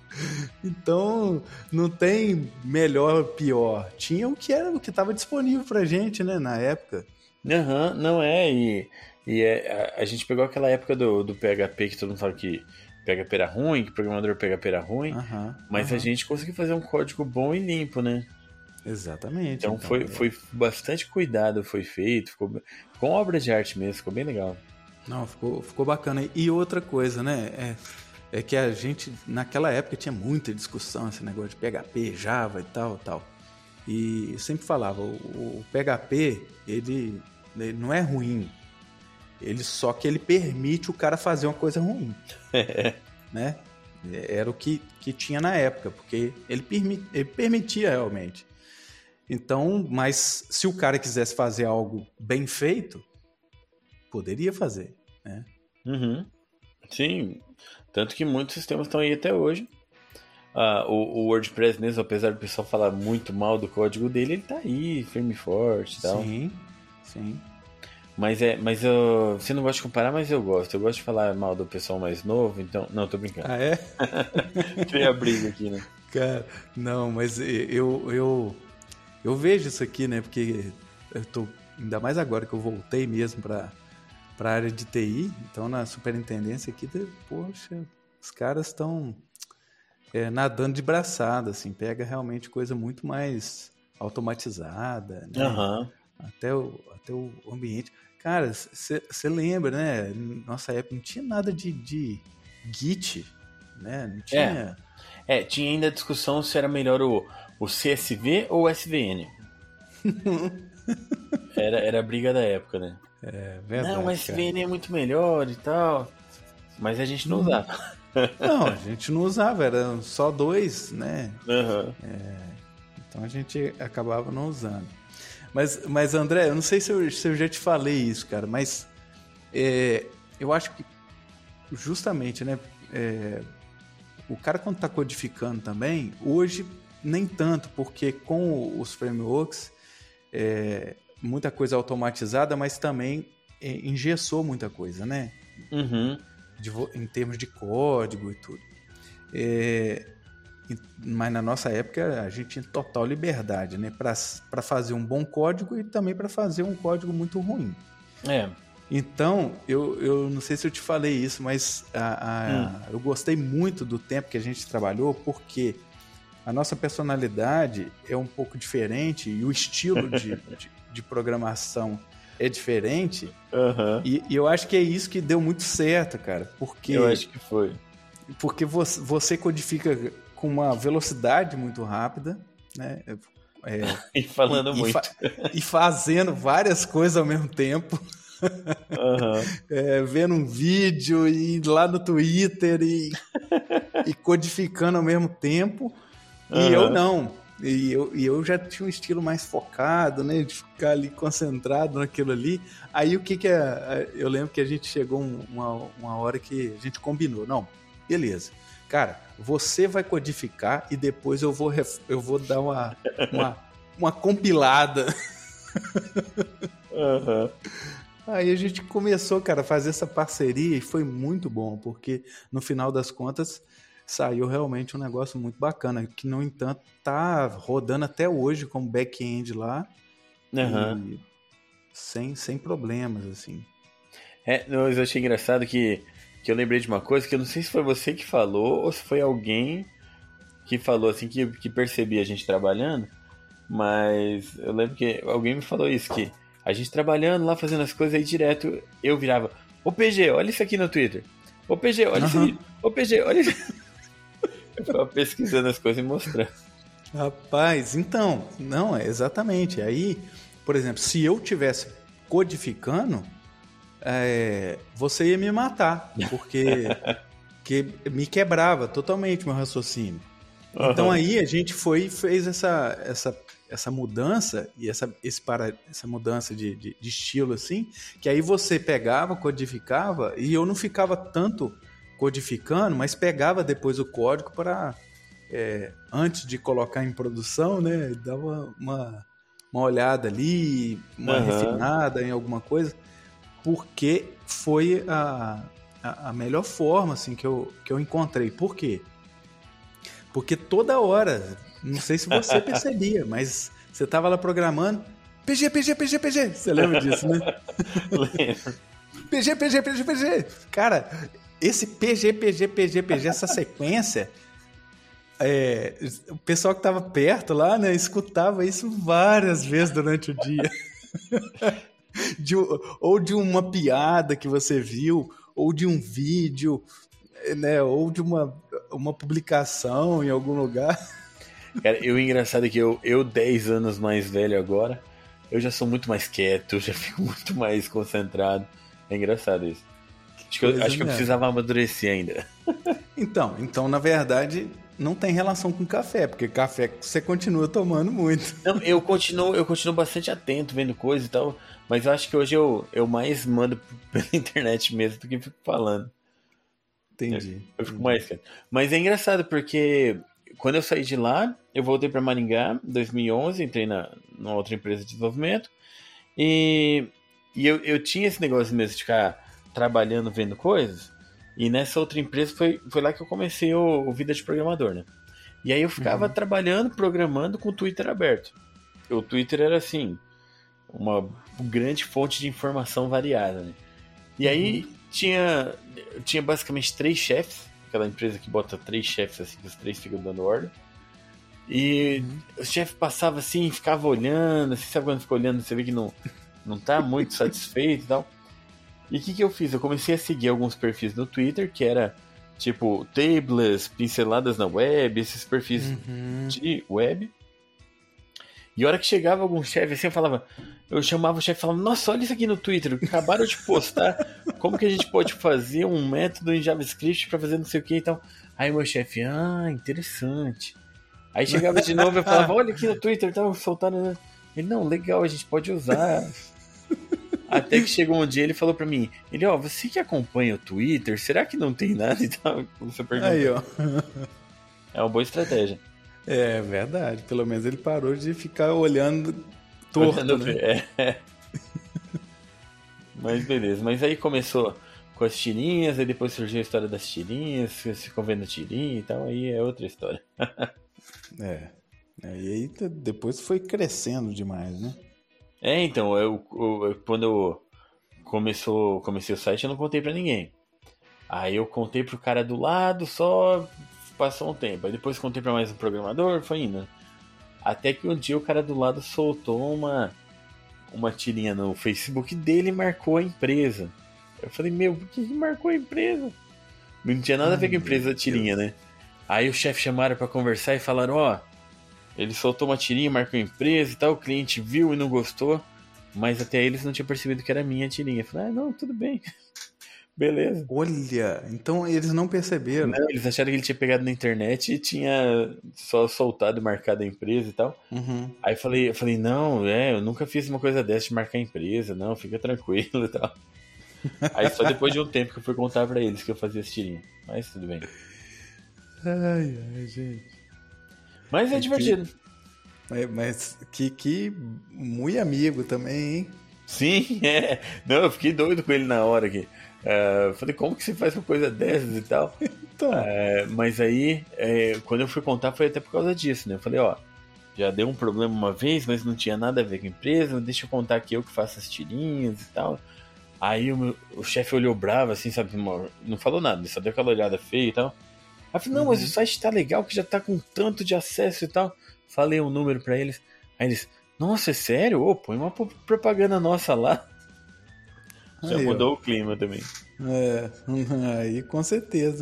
S2: Então, não tem melhor ou pior. Tinha o que era o que estava disponível pra gente, né, na época.
S1: Aham, não é, e, e é, a, a gente pegou aquela época do, do P H P que todo mundo fala que P H P era ruim, que programador P H P era ruim,
S2: Aham,
S1: mas
S2: aham.
S1: a gente conseguiu fazer um código bom e limpo, né?
S2: Exatamente.
S1: Então, foi,
S2: é.
S1: foi bastante cuidado, foi feito, ficou com obra de arte mesmo, ficou bem legal.
S2: Não, ficou, ficou bacana. E outra coisa, né, é, é que a gente, naquela época, tinha muita discussão, esse negócio de P H P, Java e tal, tal. E eu sempre falava, o, o P H P, ele, ele não é ruim, ele só que ele permite o cara fazer uma coisa ruim, né? Era o que, que tinha na época, porque ele, permi, ele permitia realmente. Então, mas se o cara quisesse fazer algo bem feito, poderia fazer, né?
S1: Uhum. Sim, tanto que muitos sistemas estão aí até hoje. Ah, o, o WordPress mesmo, apesar do pessoal falar muito mal do código dele, ele tá aí, firme e forte e tal.
S2: Sim, sim.
S1: Mas é, mas eu, você não gosta de comparar, mas eu gosto. Eu gosto de falar mal do pessoal mais novo, então. Não, tô brincando.
S2: Ah, é?
S1: Criei a briga aqui, né?
S2: Cara, não, mas eu, eu, eu vejo isso aqui, né? Porque eu tô, ainda mais agora que eu voltei mesmo para para a área de T I, então na superintendência aqui, poxa, os caras estão é, nadando de braçada, assim, pega realmente coisa muito mais automatizada, né?
S1: Aham.
S2: Até o, até o ambiente. Cara, você lembra, né? Nossa época não tinha nada de, de Git, né? Não tinha...
S1: É, tinha ainda a discussão se era melhor o, o C S V ou o S V N. era, era a briga da época, né?
S2: É verdade,
S1: não, o S V N cara. É muito melhor e tal. Mas a gente não usava.
S2: Não, a gente não usava, eram só dois, né?
S1: Uhum.
S2: É, então a gente acabava não usando. Mas, mas André, eu não sei se eu, se eu já te falei isso, cara, mas é, eu acho que justamente, né? É, o cara quando está codificando também, hoje nem tanto, porque com os frameworks, é, muita coisa automatizada, mas também é, engessou muita coisa, né?
S1: Uhum.
S2: De, em termos de código e tudo. É, mas na nossa época a gente tinha total liberdade, né? Para fazer um bom código e também para fazer um código muito ruim.
S1: É.
S2: Então, eu, eu não sei se eu te falei isso, mas a, a, hum. eu gostei muito do tempo que a gente trabalhou, porque a nossa personalidade é um pouco diferente e o estilo de, de, de programação é diferente.
S1: Uhum.
S2: E, e eu acho que é isso que deu muito certo, cara. Porque,
S1: eu acho que foi.
S2: Porque você, você codifica com uma velocidade muito rápida, né? É,
S1: e falando
S2: e,
S1: muito.
S2: E, fa e fazendo várias coisas ao mesmo tempo.
S1: Uhum.
S2: É, vendo um vídeo e lá no Twitter e, e codificando ao mesmo tempo. Uhum. E eu não. E eu, e eu já tinha um estilo mais focado, né? De ficar ali concentrado naquilo ali. Aí o que que é... Eu lembro que a gente chegou uma, uma hora que a gente combinou. Não, beleza. Cara, você vai codificar e depois eu vou, eu vou dar uma, uma, uma compilada.
S1: Uhum.
S2: Aí a gente começou, cara, a fazer essa parceria e foi muito bom, porque no final das contas saiu realmente um negócio muito bacana, que no entanto tá rodando até hoje como back-end lá,
S1: uhum.
S2: e sem, sem problemas, assim.
S1: É, eu achei engraçado que, que eu lembrei de uma coisa que eu não sei se foi você que falou ou se foi alguém que falou assim, que, que percebia a gente trabalhando, mas eu lembro que alguém me falou isso, que a gente trabalhando lá, fazendo as coisas aí direto, eu virava, ô P G, olha isso aqui no Twitter. Ô P G, olha uhum. isso aqui. Ô P G, olha isso. Eu ficava pesquisando as coisas e mostrando.
S2: Rapaz, então, não, é exatamente. Aí, por exemplo, se eu tivesse codificando, é, você ia me matar, porque que me quebrava totalmente meu raciocínio. Então
S1: Uhum.
S2: aí a gente foi e fez essa, essa, essa mudança, e essa, esse para, essa mudança de, de, de estilo assim, que aí você pegava, codificava, e eu não ficava tanto codificando, mas pegava depois o código para, é, antes de colocar em produção, né, dava uma, uma olhada ali, uma
S1: Uhum.
S2: refinada em alguma coisa, porque foi a, a, a melhor forma assim, que, eu, que eu encontrei. Por quê? Porque toda hora, não sei se você percebia, mas você tava lá programando, P G, P G, P G, P G. Você lembra disso, né?
S1: Lembro.
S2: P G, P G, P G, P G. Cara, esse P G, P G, P G, P G, essa sequência, é, o pessoal que tava perto lá, né, escutava isso várias vezes durante o dia. De, ou de uma piada que você viu, ou de um vídeo, né, ou de uma, uma publicação em algum lugar.
S1: Cara, e o engraçado é que eu, eu, dez anos mais velho agora, eu já sou muito mais quieto, eu já fico muito mais concentrado. É engraçado isso. Acho que, eu, acho que eu precisava amadurecer ainda.
S2: Então, então, na verdade, não tem relação com café, porque café você continua tomando muito.
S1: Não, eu continuo, eu continuo bastante atento, vendo coisa e tal, mas eu acho que hoje eu, eu mais mando pela internet mesmo do que fico falando.
S2: Entendi.
S1: Eu, eu fico mais quieto. Mas é engraçado, porque quando eu saí de lá, eu voltei para Maringá em dois mil e onze, entrei na, numa outra empresa de desenvolvimento, e, e eu, eu tinha esse negócio mesmo de ficar trabalhando, vendo coisas, e nessa outra empresa foi, foi lá que eu comecei o, o Vida de Programador, né? E aí eu ficava uhum. trabalhando, programando com o Twitter aberto. O Twitter era assim, uma grande fonte de informação variada, né? E uhum. aí tinha, tinha basicamente três chefes, aquela empresa que bota três chefes assim, que os três ficam dando ordem. E uhum. o chefe passava assim, ficava olhando, assim, sabe quando fica olhando, você vê que não, não tá muito satisfeito e tal. E o que, que eu fiz? Eu comecei a seguir alguns perfis no Twitter, que era tipo tables, pinceladas na web, esses perfis uhum. de web. E a hora que chegava algum chefe assim, eu falava, eu chamava o chefe e falava, nossa, olha isso aqui no Twitter, acabaram de postar, como que a gente pode fazer um método em JavaScript para fazer não sei o que e tal. Aí o meu chefe, ah, interessante. Aí chegava de novo e eu falava, olha aqui no Twitter, tá soltando. Ele, não, legal, a gente pode usar. Até que chegou um dia ele falou pra mim, ele, ó, você que acompanha o Twitter, será que não tem nada e tal? Você pergunta. Aí, ó. É uma boa estratégia.
S2: É verdade, pelo menos ele parou de ficar olhando torto, olhando, né? É.
S1: Mas beleza, mas aí começou com as tirinhas, aí depois surgiu a história das tirinhas, você ficou vendo tirinha e tal, aí é outra história.
S2: É, e aí depois foi crescendo demais, né?
S1: É, então, eu, eu, quando eu começou, comecei o site, eu não contei pra ninguém. Aí eu contei pro cara do lado, só passou um tempo. Aí depois contei pra mais um programador, foi indo. Até que um dia o cara do lado soltou uma, uma tirinha no Facebook dele e marcou a empresa. Eu falei, meu, por que marcou a empresa? Não tinha nada Ai, a ver com a empresa da tirinha, Deus. Né? Aí o chefe chamaram pra conversar e falaram, ó... Oh, ele soltou uma tirinha, marcou a empresa e tal, o cliente viu e não gostou, mas até eles não tinham percebido que era minha tirinha. Eu falei, ah, não, tudo bem. Beleza.
S2: Olha, então eles não perceberam.
S1: Não, eles acharam que ele tinha pegado na internet e tinha só soltado e marcado a empresa e tal.
S2: Uhum.
S1: Aí eu falei, eu falei, não, é, eu nunca fiz uma coisa dessa de marcar a empresa, não, fica tranquilo e tal. Aí só depois de um tempo que eu fui contar pra eles que eu fazia essa tirinha. Mas tudo bem.
S2: Ai, ai, gente.
S1: Mas é, é divertido.
S2: Que, mas que, que muito amigo também, hein?
S1: Sim, é. Não, eu fiquei doido com ele na hora aqui. Uh, falei, como que você faz uma coisa dessas e tal? Então. Uh, mas aí, é, quando eu fui contar, foi até por causa disso, né? Eu falei, ó, já deu um problema uma vez, mas não tinha nada a ver com a empresa, deixa eu contar que eu que faço as tirinhas e tal. Aí o, meu, o chefe olhou bravo, assim, sabe? Não falou nada, só deu aquela olhada feia e tal. Aí eu falei, não, uhum. mas o site tá legal, que já tá com tanto de acesso e tal. Falei um número pra eles. Aí eles, nossa, é sério? Ô, põe uma propaganda nossa lá. Já aí, mudou ó. o clima também.
S2: É, aí com certeza.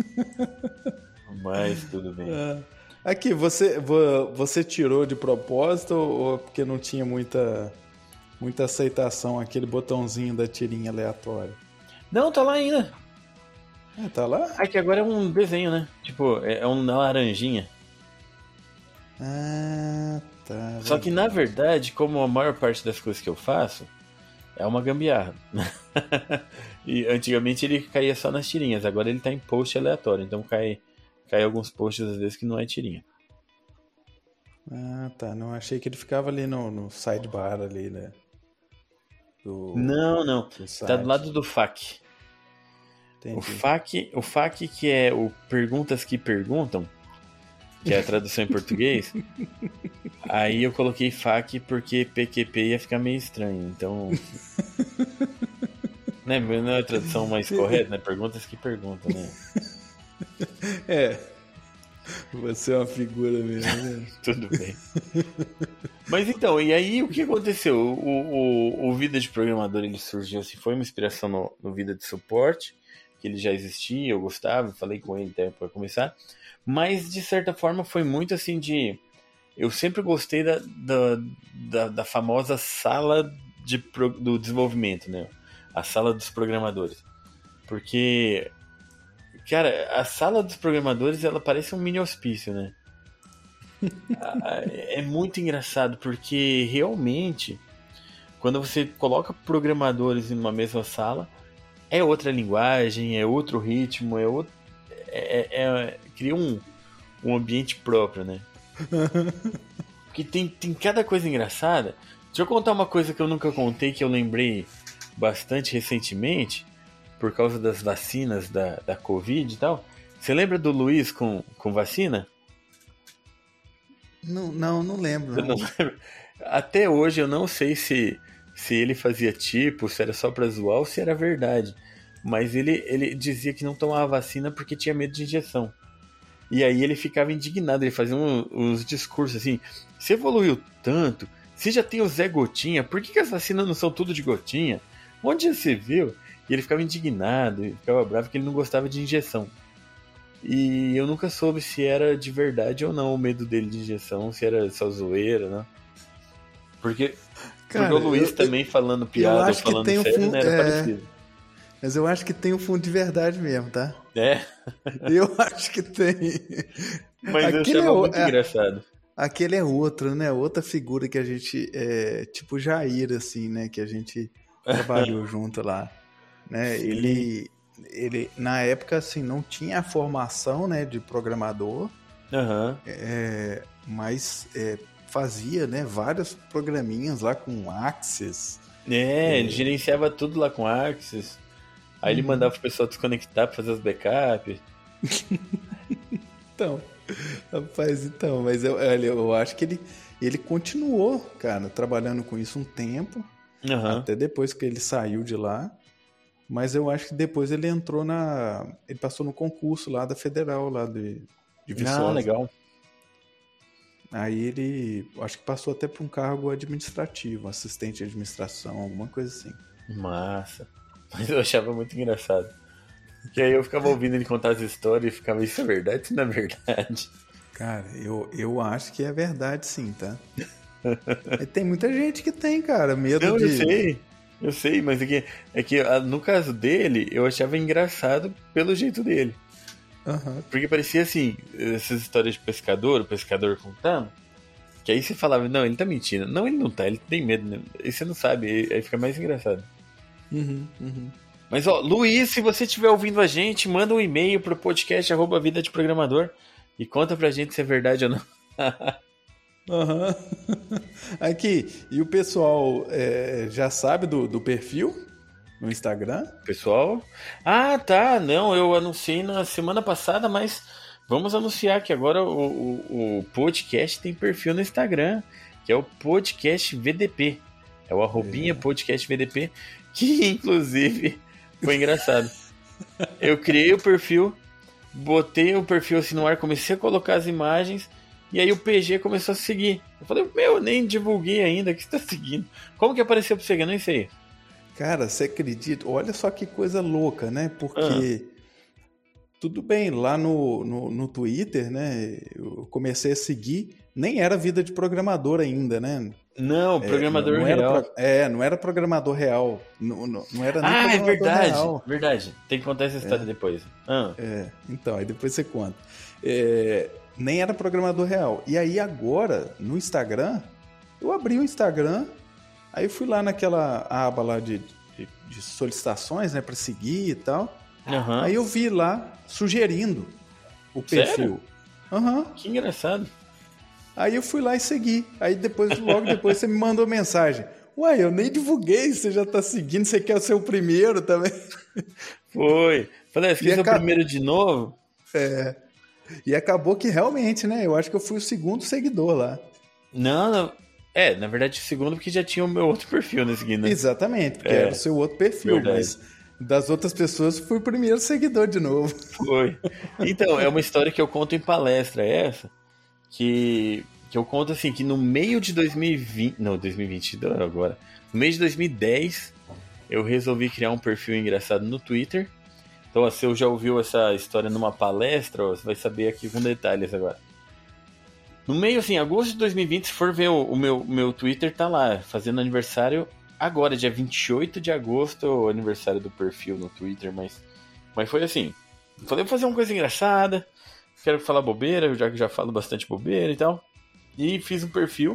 S1: Mas tudo bem.
S2: É. Aqui, você, você tirou de propósito ou porque não tinha muita, muita aceitação aquele botãozinho da tirinha aleatória?
S1: Não, tá lá ainda.
S2: É, tá lá?
S1: É que agora é um desenho, né? Tipo, é uma laranjinha.
S2: Ah, tá.
S1: Só que, na verdade, como a maior parte das coisas que eu faço é uma gambiarra. E antigamente ele caía só nas tirinhas, agora ele tá em post aleatório, então cai, cai alguns posts às vezes que não é tirinha.
S2: Ah, tá. Não, achei que ele ficava ali no, no sidebar ali, né? Do,
S1: Não, não.
S2: do
S1: Tá do
S2: site.
S1: lado do F A Q.
S2: Entendi.
S1: O F A Q, o F A Q que é o Perguntas que Perguntam, que é a tradução em português. Aí eu coloquei F A Q porque P Q P ia ficar meio estranho, então... né, não é a tradução mais correta, né? Perguntas que Perguntam, né?
S2: É. Você é uma figura mesmo, né?
S1: Tudo bem. Mas então, e aí o que aconteceu? O, o, o Vida de Programador, ele surgiu assim, foi uma inspiração no, no Vida de Suporte, que ele já existia, eu gostava, falei com ele até para começar, mas de certa forma foi muito assim de... Eu sempre gostei da, da, da, da famosa sala de, pro, do desenvolvimento, né? A sala dos programadores. Porque... Cara, a sala dos programadores, ela parece um mini hospício, né? É muito engraçado, porque realmente, quando você coloca programadores em uma mesma sala, é outra linguagem, é outro ritmo, é outro... É, é, é, cria um, um ambiente próprio, né? Porque tem, tem cada coisa engraçada. Deixa eu contar uma coisa que eu nunca contei, que eu lembrei bastante recentemente, por causa das vacinas da, da Covid e tal. Você lembra do Luiz com, com vacina?
S2: Não, não, não lembro.
S1: Eu
S2: Não.
S1: não lembro. Até hoje eu não sei se, se ele fazia tipo, se era só pra zoar ou se era verdade. Mas ele, ele dizia que não tomava vacina porque tinha medo de injeção. E aí ele ficava indignado, ele fazia um, uns discursos assim: você evoluiu tanto, você já tem o Zé Gotinha, por que, que as vacinas não são tudo de gotinha? Onde você viu? E ele ficava indignado, ele ficava bravo porque ele não gostava de injeção. E eu nunca soube se era de verdade ou não o medo dele de injeção, se era só zoeira, né? Porque,
S2: Cara,
S1: porque o Luiz
S2: eu-
S1: também falando piada ou
S2: acho que
S1: falando
S2: tem um
S1: sério,
S2: fundo-
S1: né, era
S2: é.
S1: parecido.
S2: Mas eu acho que tem um fundo de verdade mesmo, tá?
S1: É,
S2: Eu acho que tem.
S1: mas eu
S2: Aquele
S1: achava
S2: é o-
S1: muito
S2: é-
S1: engraçado.
S2: Aquele é outro, né? Outra figura que a gente... É, tipo Jair, assim, né? Que a gente trabalhou junto lá. Né?
S1: Sim.
S2: Ele, ele, na época, assim, não tinha a formação, né, de programador,
S1: Aham.
S2: é, mas é, fazia, né, vários programinhas lá com Axis.
S1: É, ele gerenciava tudo lá com Axis. Aí ele mandava o pessoal desconectar pra fazer os backups.
S2: Então, rapaz, então, mas eu, olha, eu acho que ele, ele continuou, cara, trabalhando com isso um tempo,
S1: Aham.
S2: até depois que ele saiu de lá. Mas eu acho que depois ele entrou na... Ele passou no concurso lá da Federal, lá de, de Viçosa.
S1: Ah, legal.
S2: Aí ele, acho que passou até para um cargo administrativo, assistente de administração, alguma coisa assim.
S1: Massa. Mas eu achava muito engraçado. Porque aí eu ficava ouvindo ele contar as histórias e ficava, isso é verdade, isso não é verdade.
S2: Cara, eu, eu acho que é verdade sim, tá? E tem muita gente que tem, cara, medo
S1: Não,
S2: de...
S1: eu sei. Eu sei, mas é que, é que ah, no caso dele, eu achava engraçado pelo jeito dele.
S2: Aham.
S1: Porque parecia assim, essas histórias de pescador, o pescador contando, que aí você falava, não, ele tá mentindo. Não, ele não tá, ele tem medo, né? Aí você não sabe, aí, aí fica mais engraçado.
S2: Uhum, uhum.
S1: Mas ó, Luiz, se você estiver ouvindo a gente, manda um e-mail pro podcast arroba vida de programador e conta pra gente se é verdade ou não.
S2: Aham. Aqui, e o pessoal é, já sabe do, do perfil no Instagram?
S1: Pessoal? Ah, tá. Não, eu anunciei na semana passada, mas vamos anunciar que agora o, o, o podcast tem perfil no Instagram, que é o Podcast V D P. É o arrobinha Podcast V D P, que inclusive foi engraçado. Eu criei o perfil, botei o perfil assim no ar, comecei a colocar as imagens, e aí o P G começou a seguir. Eu falei, meu, eu nem divulguei ainda, o que você tá seguindo? Como que apareceu pra você? Eu nem sei.
S2: Cara, você acredita? Olha só que coisa louca, né? Porque tudo bem, lá no, no, no Twitter, né? Eu comecei a seguir, nem era vida de programador ainda, né?
S1: Não, programador
S2: é, não, não
S1: real.
S2: Era pro, é, não era programador real. Não, não, não era nem
S1: ah,
S2: programador
S1: é verdade,
S2: real.
S1: verdade. Tem que contar essa história
S2: é,
S1: depois. Ah.
S2: É, então, aí depois você conta. É, nem era programador real. E aí agora, no Instagram, eu abri o Instagram, aí fui lá naquela aba lá de, de, de solicitações, né, pra seguir e tal.
S1: Uhum.
S2: Aí eu vi lá, sugerindo o perfil.
S1: Uhum. Que engraçado.
S2: Aí eu fui lá e segui. Aí depois, logo depois, você me mandou mensagem. Uai, eu nem divulguei, você já tá seguindo, você quer ser o primeiro também?
S1: Foi. Falei, você quer ser o primeiro de novo?
S2: É. E acabou que realmente, né? Eu acho que eu fui o segundo seguidor lá.
S1: Não, não. É, na verdade, o segundo porque já tinha o meu outro perfil, né, seguindo.
S2: Exatamente, porque
S1: é.
S2: era o seu outro perfil, verdade. Mas das outras pessoas fui o primeiro seguidor de novo.
S1: Foi. Então, é uma história que eu conto em palestra, é essa? Que, que eu conto assim, que no meio de dois mil e vinte... Não, dois mil e vinte, agora. No meio de dois mil e dez, eu resolvi criar um perfil engraçado no Twitter. Então, se você já ouviu essa história numa palestra, você vai saber aqui com detalhes agora. No meio, assim, agosto de dois mil e vinte, se for ver o, o meu, meu Twitter, tá lá, fazendo aniversário agora, dia vinte e oito de agosto, o aniversário do perfil no Twitter, mas, mas foi assim. Falei, vou fazer uma coisa engraçada, quero falar bobeira, já que já falo bastante bobeira e tal. E fiz um perfil.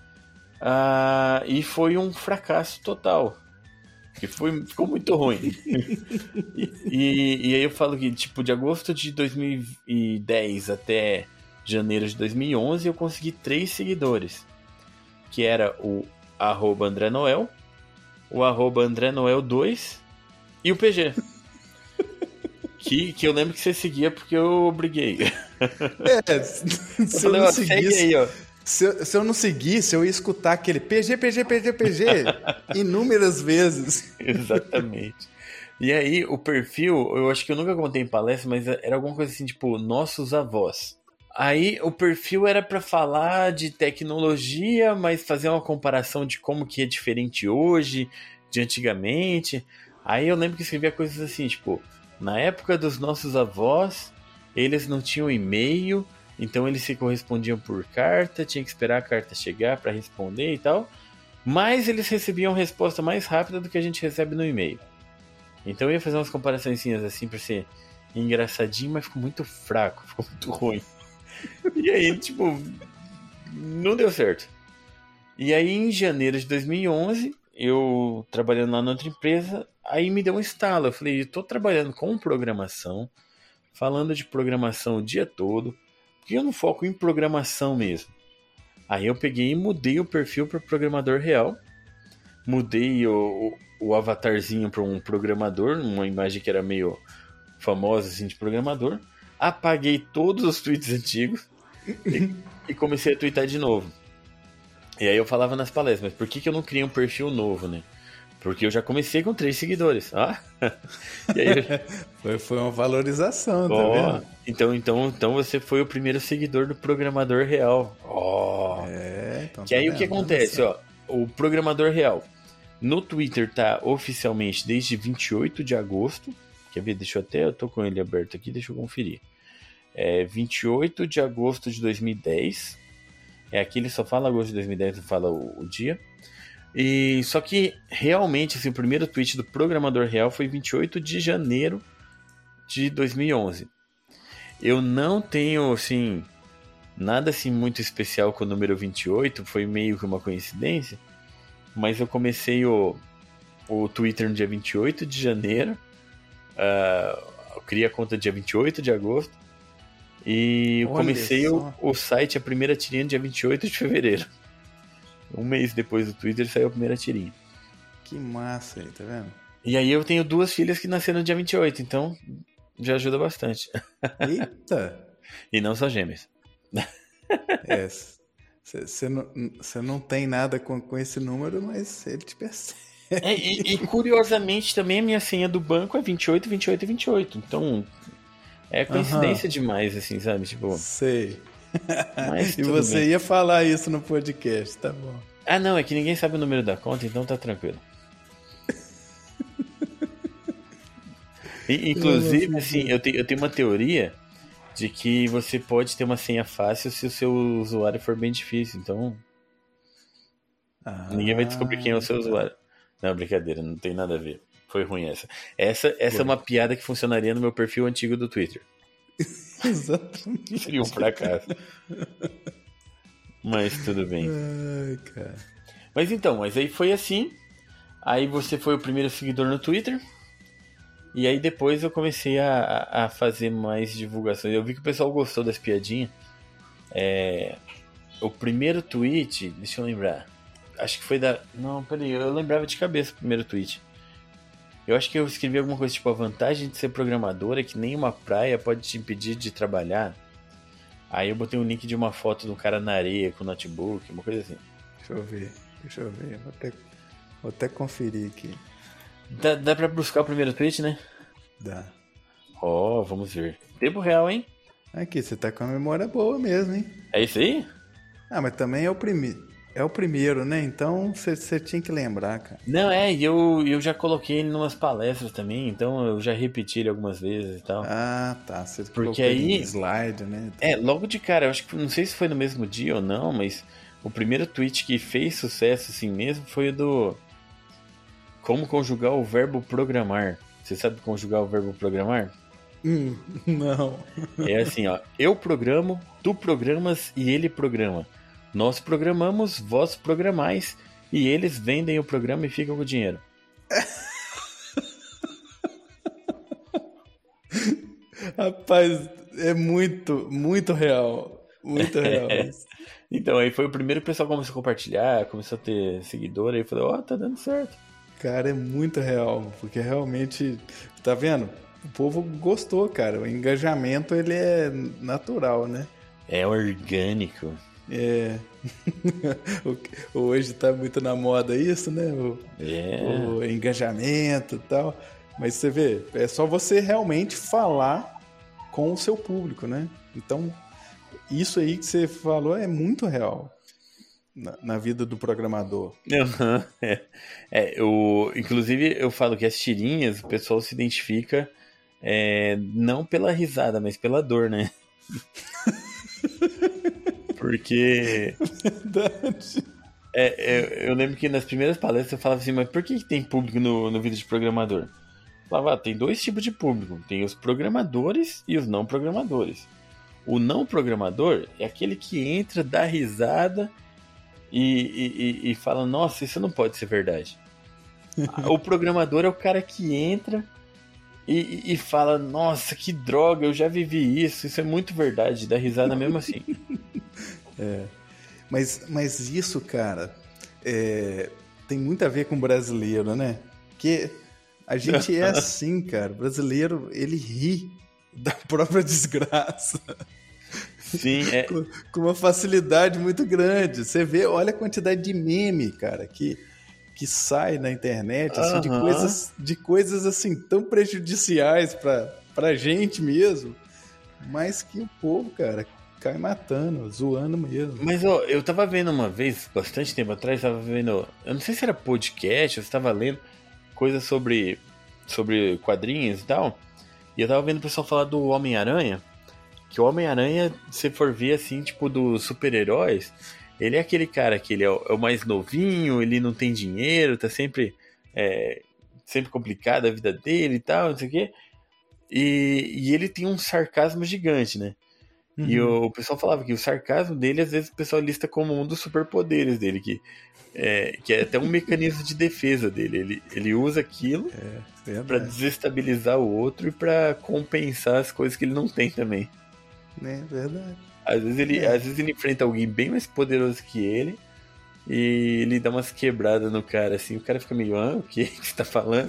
S1: Uh, e foi um fracasso total. Que foi, ficou muito ruim. e, e, e aí eu falo que, tipo, de agosto de dois mil e dez até janeiro de dois mil e onze, eu consegui três seguidores. Que era o arroba André Noel, o arroba André Noel dois e o P G. Que, que eu lembro que você seguia porque eu obriguei.
S2: É, se eu, falei, eu não seguisse, aí, ó. Se, eu, se eu não seguisse, eu ia escutar aquele P G, P G, P G, P G inúmeras vezes.
S1: Exatamente. E aí, o perfil, eu acho que eu nunca contei em palestra, mas era alguma coisa assim, tipo, nossos avós. Aí, o perfil era para falar de tecnologia, mas fazer uma comparação de como que é diferente hoje, de antigamente. Aí eu lembro que escrevia coisas assim, tipo... Na época dos nossos avós, eles não tinham e-mail, então eles se correspondiam por carta, tinha que esperar a carta chegar para responder e tal, mas eles recebiam resposta mais rápida do que a gente recebe no e-mail. Então eu ia fazer umas comparações assim para ser engraçadinho, mas ficou muito fraco, ficou muito ruim. E aí, tipo, não deu certo. E aí em janeiro de dois mil e onze, eu trabalhando lá na outra empresa, aí me deu um estalo. Eu falei, eu tô trabalhando com programação, falando de programação o dia todo, porque eu não foco em programação mesmo. Aí eu peguei e mudei o perfil para programador real, mudei o, o, o avatarzinho para um programador, uma imagem que era meio famosa assim de programador, apaguei todos os tweets antigos e, e comecei a twittar de novo. E aí eu falava nas palestras, mas por que, que eu não criei um perfil novo, né? Porque eu já comecei com três seguidores. Ah? E aí eu...
S2: foi, foi uma valorização,
S1: oh,
S2: tá vendo?
S1: Então, então, então você foi o primeiro seguidor do programador real. Oh.
S2: É, então
S1: que
S2: tá
S1: aí
S2: vendo?
S1: O que acontece, ó, o programador real no Twitter tá oficialmente desde vinte e oito de agosto. Quer ver? Deixa eu até, eu tô com ele aberto aqui, deixa eu conferir. É vinte e oito de agosto de dois mil e dez. É aqui, ele só fala agosto de dois mil e dez, não fala o, o dia. E, só que, realmente, assim, o primeiro tweet do programador real foi vinte e oito de janeiro de dois mil e onze. Eu não tenho, assim, nada assim muito especial com o número vinte e oito, foi meio que uma coincidência, mas eu comecei o, o Twitter no dia vinte e oito de janeiro, uh, eu criei a conta dia vinte e oito de agosto, e eu comecei o, o site, a primeira tirinha, dia vinte e oito de fevereiro. Um mês depois do Twitter saiu a primeira tirinha.
S2: Que massa aí, tá vendo?
S1: E aí eu tenho duas filhas que nasceram no dia vinte e oito, então já ajuda bastante.
S2: Eita!
S1: E não só gêmeas.
S2: É, você não, não tem nada com, com esse número, mas ele te percebe.
S1: É, e, e curiosamente também a minha senha do banco é vinte e oito, vinte e oito e vinte e oito. Então é coincidência uhum. demais, assim, sabe? Tipo,
S2: sei.
S1: Mas
S2: e você
S1: bem.
S2: ia falar isso no podcast, tá bom.
S1: Ah, não, é que ninguém sabe o número da conta, então tá tranquilo. E, inclusive, assim, eu, te, eu tenho uma teoria de que você pode ter uma senha fácil se o seu usuário for bem difícil, então...
S2: Ah,
S1: Ninguém vai descobrir quem é o seu usuário. Não, brincadeira, não tem nada a ver. Foi ruim essa. Essa, essa é uma piada que funcionaria no meu perfil antigo do Twitter.
S2: Exatamente.
S1: Seria um fracasso. Mas tudo bem.
S2: Ai, cara.
S1: Mas então, mas aí foi assim. Aí você foi o primeiro seguidor no Twitter. E aí depois eu comecei a, a fazer mais divulgações. Eu vi que o pessoal gostou das piadinhas. É, o primeiro tweet, deixa eu lembrar. Acho que foi da... Não, peraí, eu lembrava de cabeça o primeiro tweet. Eu acho que eu escrevi alguma coisa tipo: a vantagem de ser programador é que nenhuma praia pode te impedir de trabalhar. Aí eu botei um link de uma foto de um cara na areia com notebook, uma coisa assim.
S2: Deixa eu ver, deixa eu ver. Vou até, vou até conferir aqui.
S1: Dá, dá pra buscar o primeiro tweet, né?
S2: Dá.
S1: Ó, oh, vamos ver. Tempo real, hein?
S2: Aqui, você tá com a memória boa mesmo, hein?
S1: É isso aí?
S2: Ah, mas também é o primeiro. É o primeiro, né? Então você tinha que lembrar, cara.
S1: Não, é, e eu, eu já coloquei ele em umas palestras também, então eu já repeti ele algumas vezes e tal.
S2: Ah, tá. Você
S1: Porque aí,
S2: slide, né?
S1: É, logo de cara, eu acho que não sei se foi no mesmo dia ou não, mas o primeiro tweet que fez sucesso assim mesmo foi o do como conjugar o verbo programar. Você sabe conjugar o verbo programar?
S2: Hum, não.
S1: É assim, ó, eu programo, tu programas e ele programa. Nós programamos, vós programais, e eles vendem o programa e ficam com o dinheiro.
S2: Rapaz, é muito, muito real. Muito real.
S1: É. Então, aí foi o primeiro que o pessoal começou a compartilhar, começou a ter seguidor, aí falou: ó, oh, tá dando certo.
S2: Cara, é muito real, porque realmente, tá vendo? O povo gostou, cara. O engajamento, ele é natural, né?
S1: É orgânico.
S2: É. Hoje tá muito na moda isso, né? O,
S1: é.
S2: o engajamento e tal. Mas você vê, é só você realmente falar com o seu público, né? Então, isso aí que você falou é muito real na, na vida do programador.
S1: Uhum, é. É, eu, inclusive, eu falo que as tirinhas, o pessoal se identifica é, não pela risada, mas pela dor, né? Porque...
S2: Verdade.
S1: É, é, eu lembro que nas primeiras palestras eu falava assim: mas por que, que tem público no, no vídeo de programador? Eu falava, ah, tem dois tipos de público. Tem os programadores e os não programadores. O não programador é aquele que entra, dá risada e, e, e fala: nossa, isso não pode ser verdade. O programador é o cara que entra e, e fala: nossa, que droga, eu já vivi isso, isso é muito verdade, dá risada mesmo assim.
S2: É. Mas, mas isso, cara, é, tem muito a ver com o brasileiro, né? Porque a gente é assim, cara. O brasileiro, ele ri da própria desgraça.
S1: Sim, é.
S2: Com, com uma facilidade muito grande. Você vê, olha a quantidade de meme, cara, que, que sai na internet, assim,
S1: uh-huh.
S2: de, coisas, de coisas assim tão prejudiciais pra, pra gente mesmo, mas que o povo, cara, cai matando, zoando mesmo.
S1: Mas ó, eu tava vendo uma vez, bastante tempo atrás, tava vendo, eu não sei se era podcast, eu estava lendo coisas sobre, sobre quadrinhos e tal, e eu tava vendo o pessoal falar do Homem-Aranha, que o Homem-Aranha, se for ver assim, tipo, dos super-heróis, ele é aquele cara que ele é o, é o mais novinho, ele não tem dinheiro, tá sempre, é, sempre complicado a vida dele e tal, não sei o quê, e, e ele tem um sarcasmo gigante, né? Uhum. E o, o pessoal falava que o sarcasmo dele, às vezes o pessoal lista como um dos superpoderes dele, que é, que é até um mecanismo de defesa dele. Ele, ele usa aquilo é, para desestabilizar o outro e para compensar as coisas que ele não tem também.
S2: É verdade.
S1: Às vezes, ele, é. às vezes ele enfrenta alguém bem mais poderoso que ele e ele dá umas quebradas no cara, assim. O cara fica meio, ah, o que que você tá falando?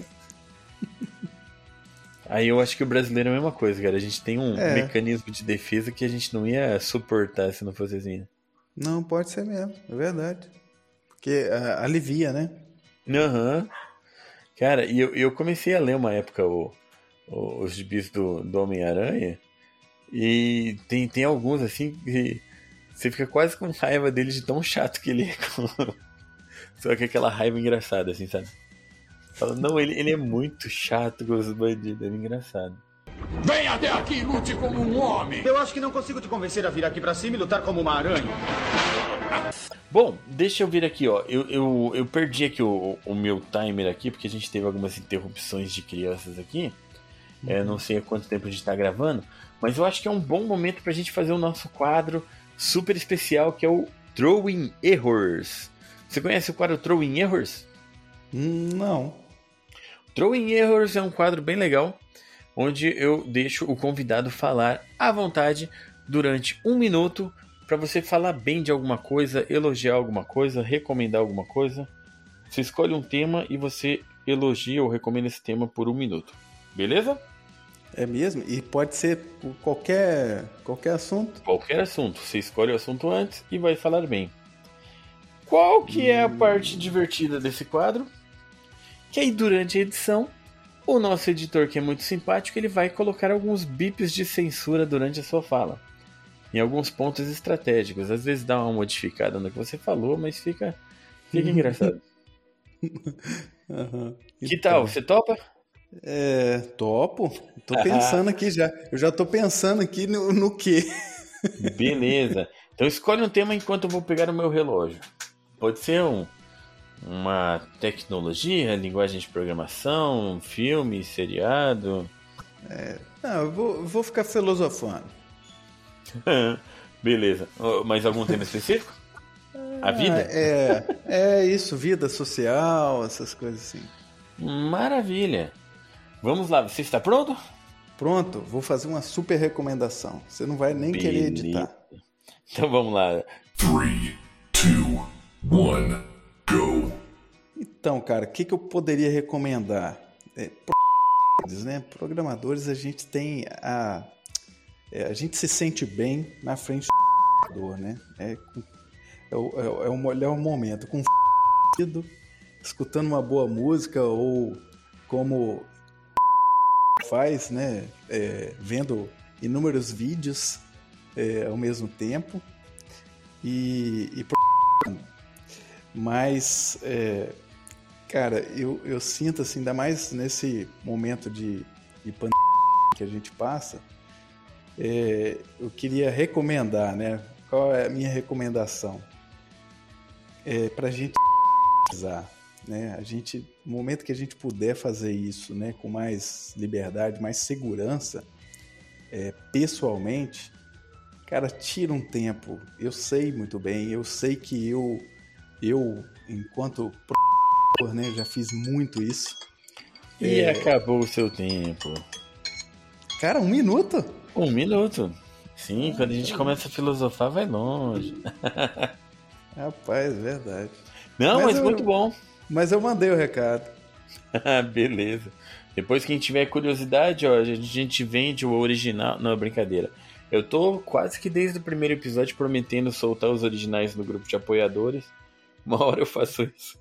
S1: Aí eu acho que o brasileiro é a mesma coisa, cara. A gente tem um é. mecanismo de defesa que a gente não ia suportar se não fosse assim.
S2: Não, pode ser mesmo, é verdade. Porque uh, alivia, né?
S1: Aham. Uhum. Cara, e eu, eu comecei a ler uma época o, o, os gibis do, do Homem-Aranha e tem, tem alguns assim que você fica quase com raiva dele de tão chato que ele é. Só que aquela raiva engraçada, assim, sabe? Fala, não, ele, ele é muito chato com os bandidos, ele é engraçado.
S4: Venha até aqui e lute como um homem.
S5: Eu acho que não consigo te convencer a vir aqui pra cima e lutar como uma aranha.
S1: Bom, deixa eu vir aqui, ó. Eu, eu, eu perdi aqui o, o meu timer aqui, porque a gente teve algumas interrupções de crianças aqui. Uhum. É, não sei há quanto tempo a gente tá gravando, mas eu acho que é um bom momento pra gente fazer o nosso quadro super especial, que é o Throwing Errors. Você conhece o quadro Throwing Errors?
S2: Hum, não.
S1: Throwing Errors é um quadro bem legal, onde eu deixo o convidado falar à vontade durante um minuto para você falar bem de alguma coisa, elogiar alguma coisa, recomendar alguma coisa. Você escolhe um tema e você elogia ou recomenda esse tema por um minuto. Beleza?
S2: É mesmo? E pode ser por qualquer, qualquer assunto?
S1: Qualquer assunto. Você escolhe o assunto antes e vai falar bem. Qual que é a parte divertida desse quadro? Que aí durante a edição, o nosso editor, que é muito simpático, ele vai colocar alguns bips de censura durante a sua fala. Em alguns pontos estratégicos. Às vezes dá uma modificada no que você falou, mas fica, fica engraçado.
S2: Uhum.
S1: Que então, tal? Você topa?
S2: É, topo. Tô pensando aqui já. Eu já tô pensando aqui no, no quê?
S1: Beleza. Então escolhe um tema enquanto eu vou pegar o meu relógio. Pode ser um, uma tecnologia, linguagem de programação, um filme, seriado.
S2: É, não, eu vou, vou ficar filosofando.
S1: Beleza. Mais algum tema específico? A vida?
S2: É, é isso, vida social, essas coisas assim.
S1: Maravilha. Vamos lá, você está pronto?
S2: Pronto, vou fazer uma super recomendação. Você não vai nem
S1: Beleza.
S2: querer editar.
S1: Então vamos lá.
S4: três, dois, um, go.
S2: Então, cara, o que, que eu poderia recomendar? É, né? Programadores, a gente tem a... É, a gente se sente bem na frente do né? É, é, o, é o melhor momento, com escutando uma boa música ou como faz, né? É, vendo inúmeros vídeos é, ao mesmo tempo e, e mas é, cara, eu, eu sinto assim, ainda mais nesse momento de, de pandemia que a gente passa. É, eu queria recomendar, né? Qual é a minha recomendação? É, para a gente usar, né? A gente, no momento que a gente puder fazer isso, né, com mais liberdade, mais segurança, é, pessoalmente, cara, tira um tempo. Eu sei muito bem, eu sei que eu, eu enquanto professor, né, já fiz muito isso.
S1: E
S2: é...
S1: acabou o seu tempo.
S2: Cara, um minuto?
S1: Um minuto. Sim, quando a gente começa a filosofar, vai longe.
S2: Rapaz, verdade.
S1: Não, mas, mas
S2: eu,
S1: muito bom.
S2: Mas eu mandei o recado.
S1: Beleza. Depois quem tiver curiosidade, ó, a gente vende o original. Não, brincadeira. Eu tô quase que desde o primeiro episódio prometendo soltar os originais no grupo de apoiadores. Uma hora eu faço isso.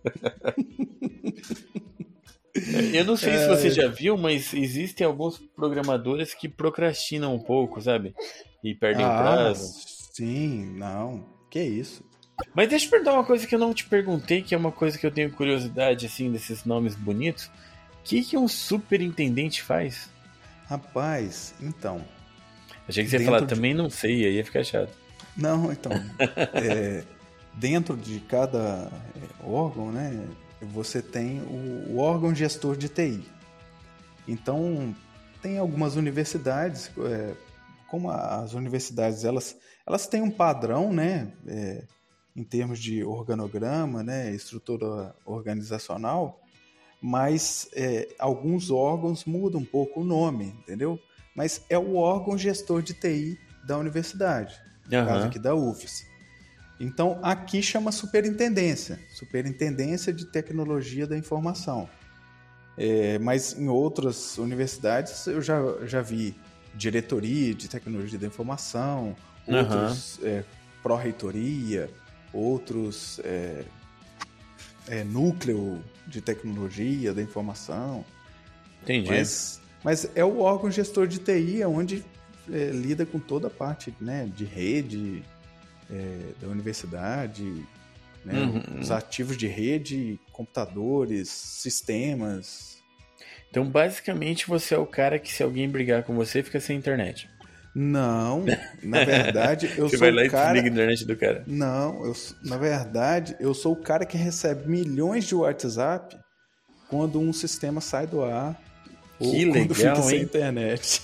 S1: Eu não sei é... se você já viu, mas existem alguns programadores que procrastinam um pouco, sabe? E perdem
S2: ah,
S1: prazo.
S2: Sim, não. Que isso?
S1: Mas deixa eu perguntar uma coisa que eu não te perguntei, que é uma coisa que eu tenho curiosidade, assim, desses nomes bonitos. O que, que um superintendente faz?
S2: Rapaz, então...
S1: Achei que você ia falar, de... também não sei, aí ia ficar chato.
S2: Não, então... é, dentro de cada órgão, né, você tem o, o órgão gestor de T I. Então, tem algumas universidades, é, como as universidades, elas, elas têm um padrão, né, é, em termos de organograma, né, estrutura organizacional, mas é, alguns órgãos mudam um pouco o nome, entendeu? Mas é o órgão gestor de T I da universidade, no
S1: uhum.
S2: caso aqui da U F S. Então, aqui chama superintendência, superintendência de tecnologia da informação. É, mas em outras universidades eu já, já vi diretoria de tecnologia da informação,
S1: uhum.
S2: outros é, pró-reitoria, outros é, é, núcleo de tecnologia da informação.
S1: Entendi.
S2: Mas, mas é o órgão gestor de T I, é onde é, lida com toda a parte, né, de rede é, da universidade, né,
S1: uhum.
S2: os ativos de rede, computadores, sistemas.
S1: Então, basicamente, você é o cara que se alguém brigar com você, fica sem internet.
S2: Não, na verdade, eu
S1: você
S2: sou
S1: vai lá
S2: o
S1: e
S2: cara...
S1: desliga a internet do cara.
S2: Não, eu, na verdade, eu sou o cara que recebe milhões de WhatsApp quando um sistema sai do ar ou
S1: Que
S2: quando
S1: legal,
S2: fica sem
S1: hein?
S2: internet.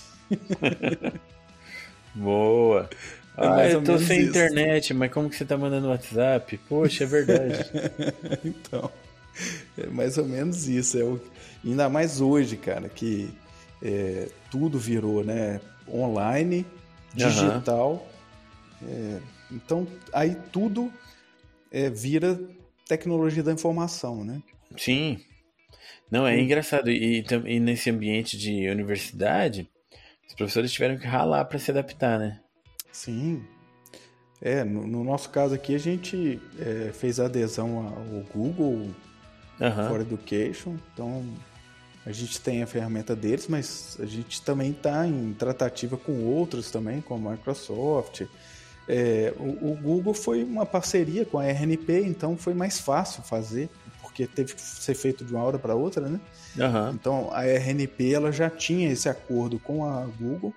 S1: Boa.
S2: É
S1: Ah,
S2: mais
S1: eu
S2: ou
S1: tô
S2: menos
S1: sem
S2: isso.
S1: internet, mas como que você tá mandando WhatsApp? Poxa, é verdade.
S2: Então, é mais ou menos isso. É o... Ainda mais hoje, cara, que é, tudo virou, né, online, digital. Uhum. É, então, aí tudo é, vira tecnologia da informação, né?
S1: Sim. Não, é engraçado. E, e nesse ambiente de universidade, os professores tiveram que ralar para se adaptar, né?
S2: Sim. É, no, no nosso caso aqui, a gente é, fez adesão ao Google
S1: uhum.
S2: for Education. Então, a gente tem a ferramenta deles, mas a gente também está em tratativa com outros também, como a Microsoft. É, o, o Google foi uma parceria com a R N P, então foi mais fácil fazer, porque teve que ser feito de uma hora para outra, né?
S1: Uhum.
S2: Então, a R N P ela já tinha esse acordo com a Google,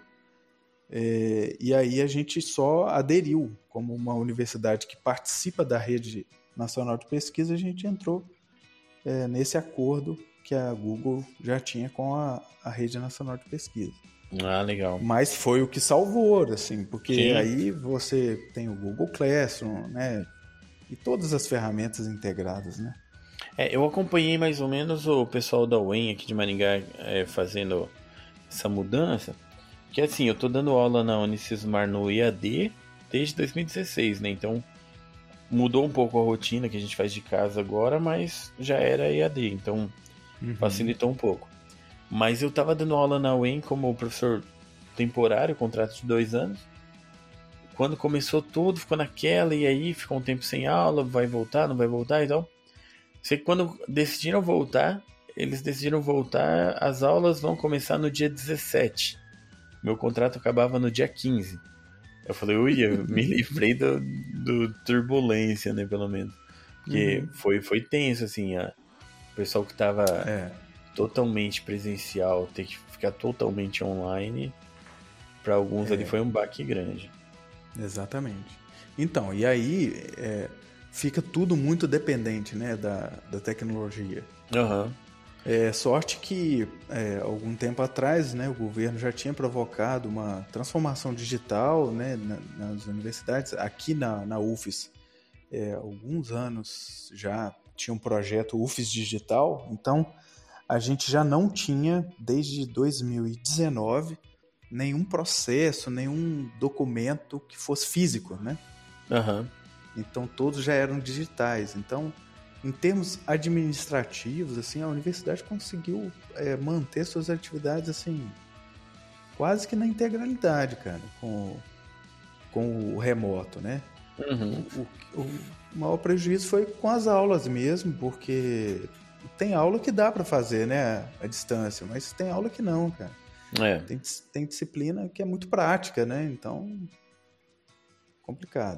S2: é, e aí a gente só aderiu como uma universidade que participa da Rede Nacional de Pesquisa, a gente entrou é, nesse acordo que a Google já tinha com a, a Rede Nacional de Pesquisa.
S1: Ah, legal.
S2: Mas foi o que salvou, assim, porque
S1: Sim.
S2: aí você tem o Google Classroom, né? E todas as ferramentas integradas, né?
S1: É, eu acompanhei mais ou menos o pessoal da U E M aqui de Maringá é, fazendo essa mudança. Que assim, eu tô dando aula na Unicesumar no E A D desde dois mil e dezesseis, né? Então mudou um pouco a rotina que a gente faz de casa agora, mas já era E A D, então uhum. facilitou um pouco. Mas eu tava dando aula na U E M como professor temporário, contrato de dois anos. Quando começou tudo, ficou naquela, e aí ficou um tempo sem aula, vai voltar, não vai voltar e tal. Sei que quando decidiram voltar, eles decidiram voltar, as aulas vão começar no dia dezessete. Meu contrato acabava no dia quinze. Eu falei, ui, eu me livrei do, do turbulência, né, pelo menos. Porque uhum. foi, foi tenso, assim, a, o pessoal que tava é. totalmente presencial, ter que ficar totalmente online, para alguns é. ali foi um baque grande.
S2: Exatamente. Então, e aí é, fica tudo muito dependente, né, da, da tecnologia.
S1: Aham. Uhum.
S2: É, sorte que, é, algum tempo atrás, né, o governo já tinha provocado uma transformação digital, né, na, nas universidades. Aqui na, na U F S, é, alguns anos já tinha um projeto U F S Digital, então a gente já não tinha, desde dois mil e dezenove, nenhum processo, nenhum documento que fosse físico, né?
S1: Uhum.
S2: Então todos já eram digitais. Então, em termos administrativos, assim, a universidade conseguiu é, manter suas atividades assim, quase que na integralidade, cara, com, com o remoto, né?
S1: Uhum.
S2: O, o, o maior prejuízo foi com as aulas mesmo, porque tem aula que dá para fazer, né, à distância, mas tem aula que não, cara.
S1: É.
S2: Tem, tem disciplina que é muito prática, né? Então, complicado.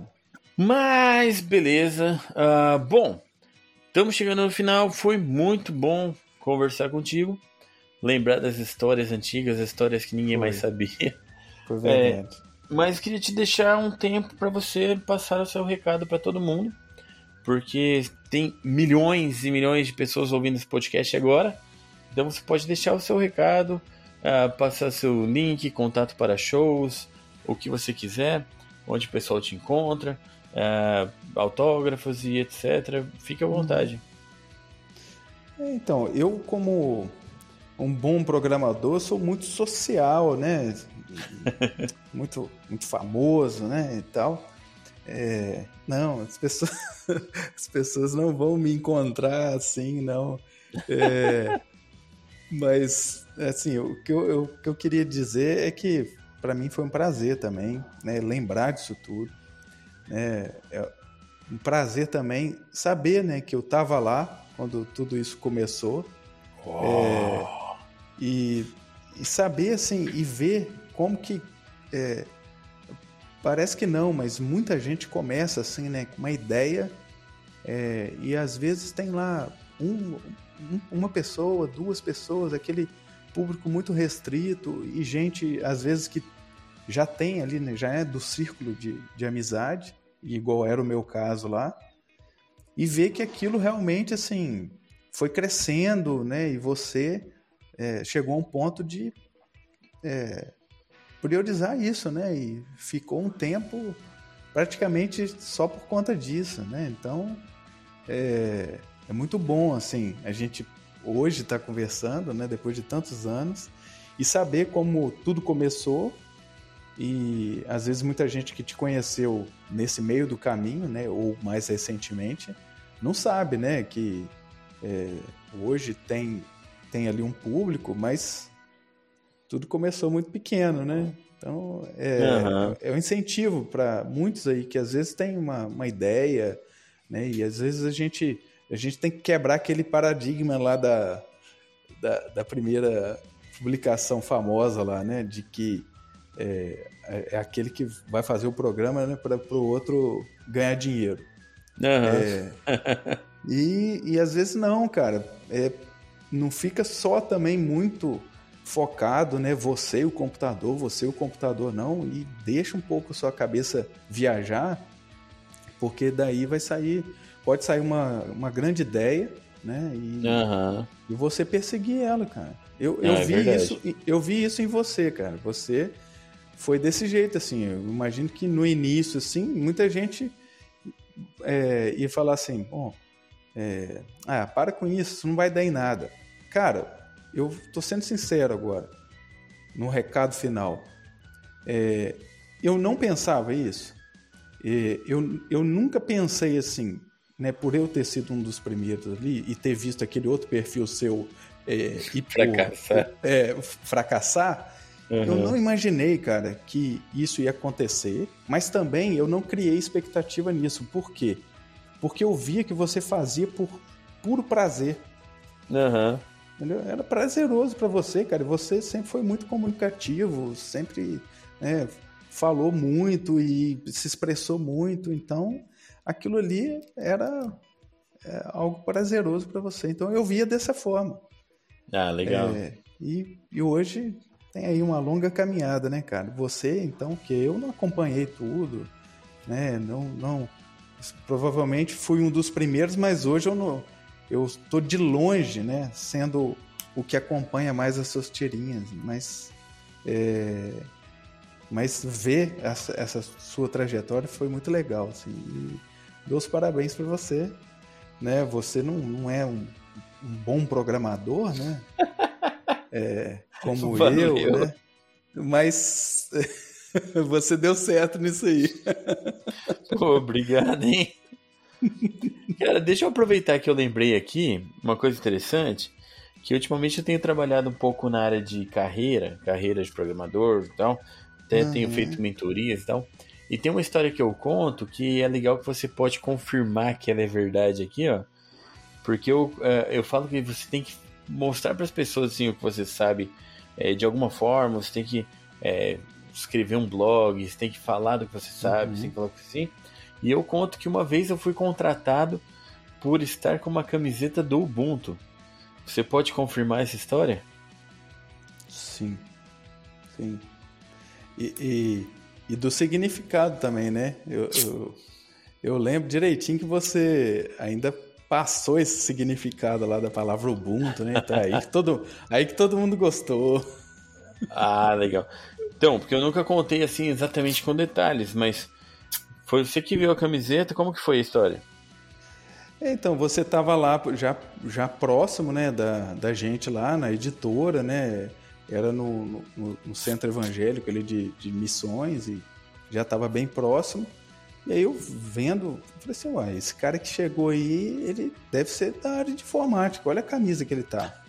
S1: Mas, beleza. Uh, bom, estamos chegando no final. Foi muito bom conversar contigo. Lembrar das histórias antigas, histórias que ninguém
S2: Foi.
S1: mais sabia.
S2: Foi verdade.
S1: É, mas queria te deixar um tempo para você passar o seu recado para todo mundo. Porque tem milhões e milhões de pessoas ouvindo esse podcast agora. Então você pode deixar o seu recado, uh, passar seu link, contato para shows, o que você quiser, onde o pessoal te encontra, uh, autógrafos e etcétera. Fique à vontade.
S2: Então, eu como um bom programador sou muito social, né? muito, muito famoso, né? E tal. É, não, as pessoas, as pessoas não vão me encontrar assim, não. É, mas, assim, o que eu, eu, o que eu queria dizer é que para mim foi um prazer também, né, lembrar disso tudo. Né, é um prazer também saber, né, que eu estava lá quando tudo isso começou. Oh. É, e, e saber, assim, e ver como que... É, parece que não, mas muita gente começa assim, né, com uma ideia é, e às vezes tem lá um, um, uma pessoa, duas pessoas, aquele público muito restrito e gente, às vezes, que já tem ali, né, já é do círculo de, de amizade, igual era o meu caso lá, e ver que aquilo realmente, assim, foi crescendo, né, e você é, chegou a um ponto de é, priorizar isso, né, e ficou um tempo praticamente só por conta disso, né, então é, é muito bom, assim, a gente hoje está conversando, né, depois de tantos anos, e saber como tudo começou. E às vezes muita gente que te conheceu nesse meio do caminho, né, ou mais recentemente, não sabe, né, que é, hoje tem, tem ali um público, mas tudo começou muito pequeno, né? Então é, uhum. é, é um incentivo para muitos aí que às vezes tem uma, uma ideia, né, e às vezes a gente, a gente tem que quebrar aquele paradigma lá da, da, da primeira publicação famosa lá, né, de que É, é aquele que vai fazer o programa, né, para o outro ganhar dinheiro.
S1: Uhum.
S2: É, e, e às vezes não, cara. É, não fica só também muito focado, né? Você e o computador, você e o computador não. E deixa um pouco a sua cabeça viajar, porque daí vai sair, pode sair uma, uma grande ideia, né? E,
S1: uhum.
S2: e você perseguir ela, cara. Eu, eu,
S1: é,
S2: vi
S1: é
S2: isso, eu vi isso em você, cara. Você foi desse jeito, assim. Eu imagino que no início, assim, muita gente é, ia falar assim, bom, é, ah, para com isso, isso não vai dar em nada. Cara, eu tô sendo sincero agora, no recado final. É, eu não pensava isso. É, eu, eu nunca pensei assim, né, por eu ter sido um dos primeiros ali e ter visto aquele outro perfil seu é, e
S1: fracassar.
S2: Por, é, fracassar, uhum. Eu não imaginei, cara, que isso ia acontecer, mas também eu não criei expectativa nisso. Por quê? Porque eu via que você fazia por puro prazer.
S1: Uhum.
S2: Era prazeroso pra você, cara. Você sempre foi muito comunicativo, sempre, né, falou muito e se expressou muito. Então, aquilo ali era é, algo prazeroso pra você. Então, eu via dessa forma.
S1: Ah, legal.
S2: É, e, e hoje tem aí uma longa caminhada, né, cara? Você, então, que eu não acompanhei tudo, né? Não, não, provavelmente fui um dos primeiros, mas hoje eu não, eu estou de longe, né? Sendo o que acompanha mais as suas tirinhas, mas, é, mas ver essa, essa sua trajetória foi muito legal, assim. E dou os parabéns para você, né? Você não, não é um, um bom programador, né? É, como Valeu. eu, né? Mas você deu certo nisso aí.
S1: Pô, obrigado, hein? Cara, deixa eu aproveitar que eu lembrei aqui uma coisa interessante, que ultimamente eu tenho trabalhado um pouco na área de carreira, carreira de programador e tal, até uhum. tenho feito mentorias e tal, e tem uma história que eu conto que é legal que você pode confirmar que ela é verdade aqui, ó, porque eu, eu falo que você tem que mostrar para as pessoas assim, o que você sabe é, de alguma forma, você tem que é, escrever um blog, você tem que falar do que você sabe, uhum. você tem que falar assim. E eu conto que uma vez eu fui contratado por estar com uma camiseta do Ubuntu. Você pode confirmar essa história?
S2: Sim, sim. E, e, e do significado também, né? Eu, eu, eu lembro direitinho que você ainda passou esse significado lá da palavra Ubuntu, né? Então aí que todo, aí que todo mundo gostou.
S1: Ah, legal. Então, porque eu nunca contei assim exatamente com detalhes, mas foi você que viu a camiseta, como que foi a história?
S2: Então, você estava lá já, já próximo, né, da, da gente lá na editora, né? Era no, no, no centro evangélico ali de, de missões e já estava bem próximo. E aí eu vendo, falei assim, uai, esse cara que chegou aí, ele deve ser da área de informática, olha a camisa que ele tá.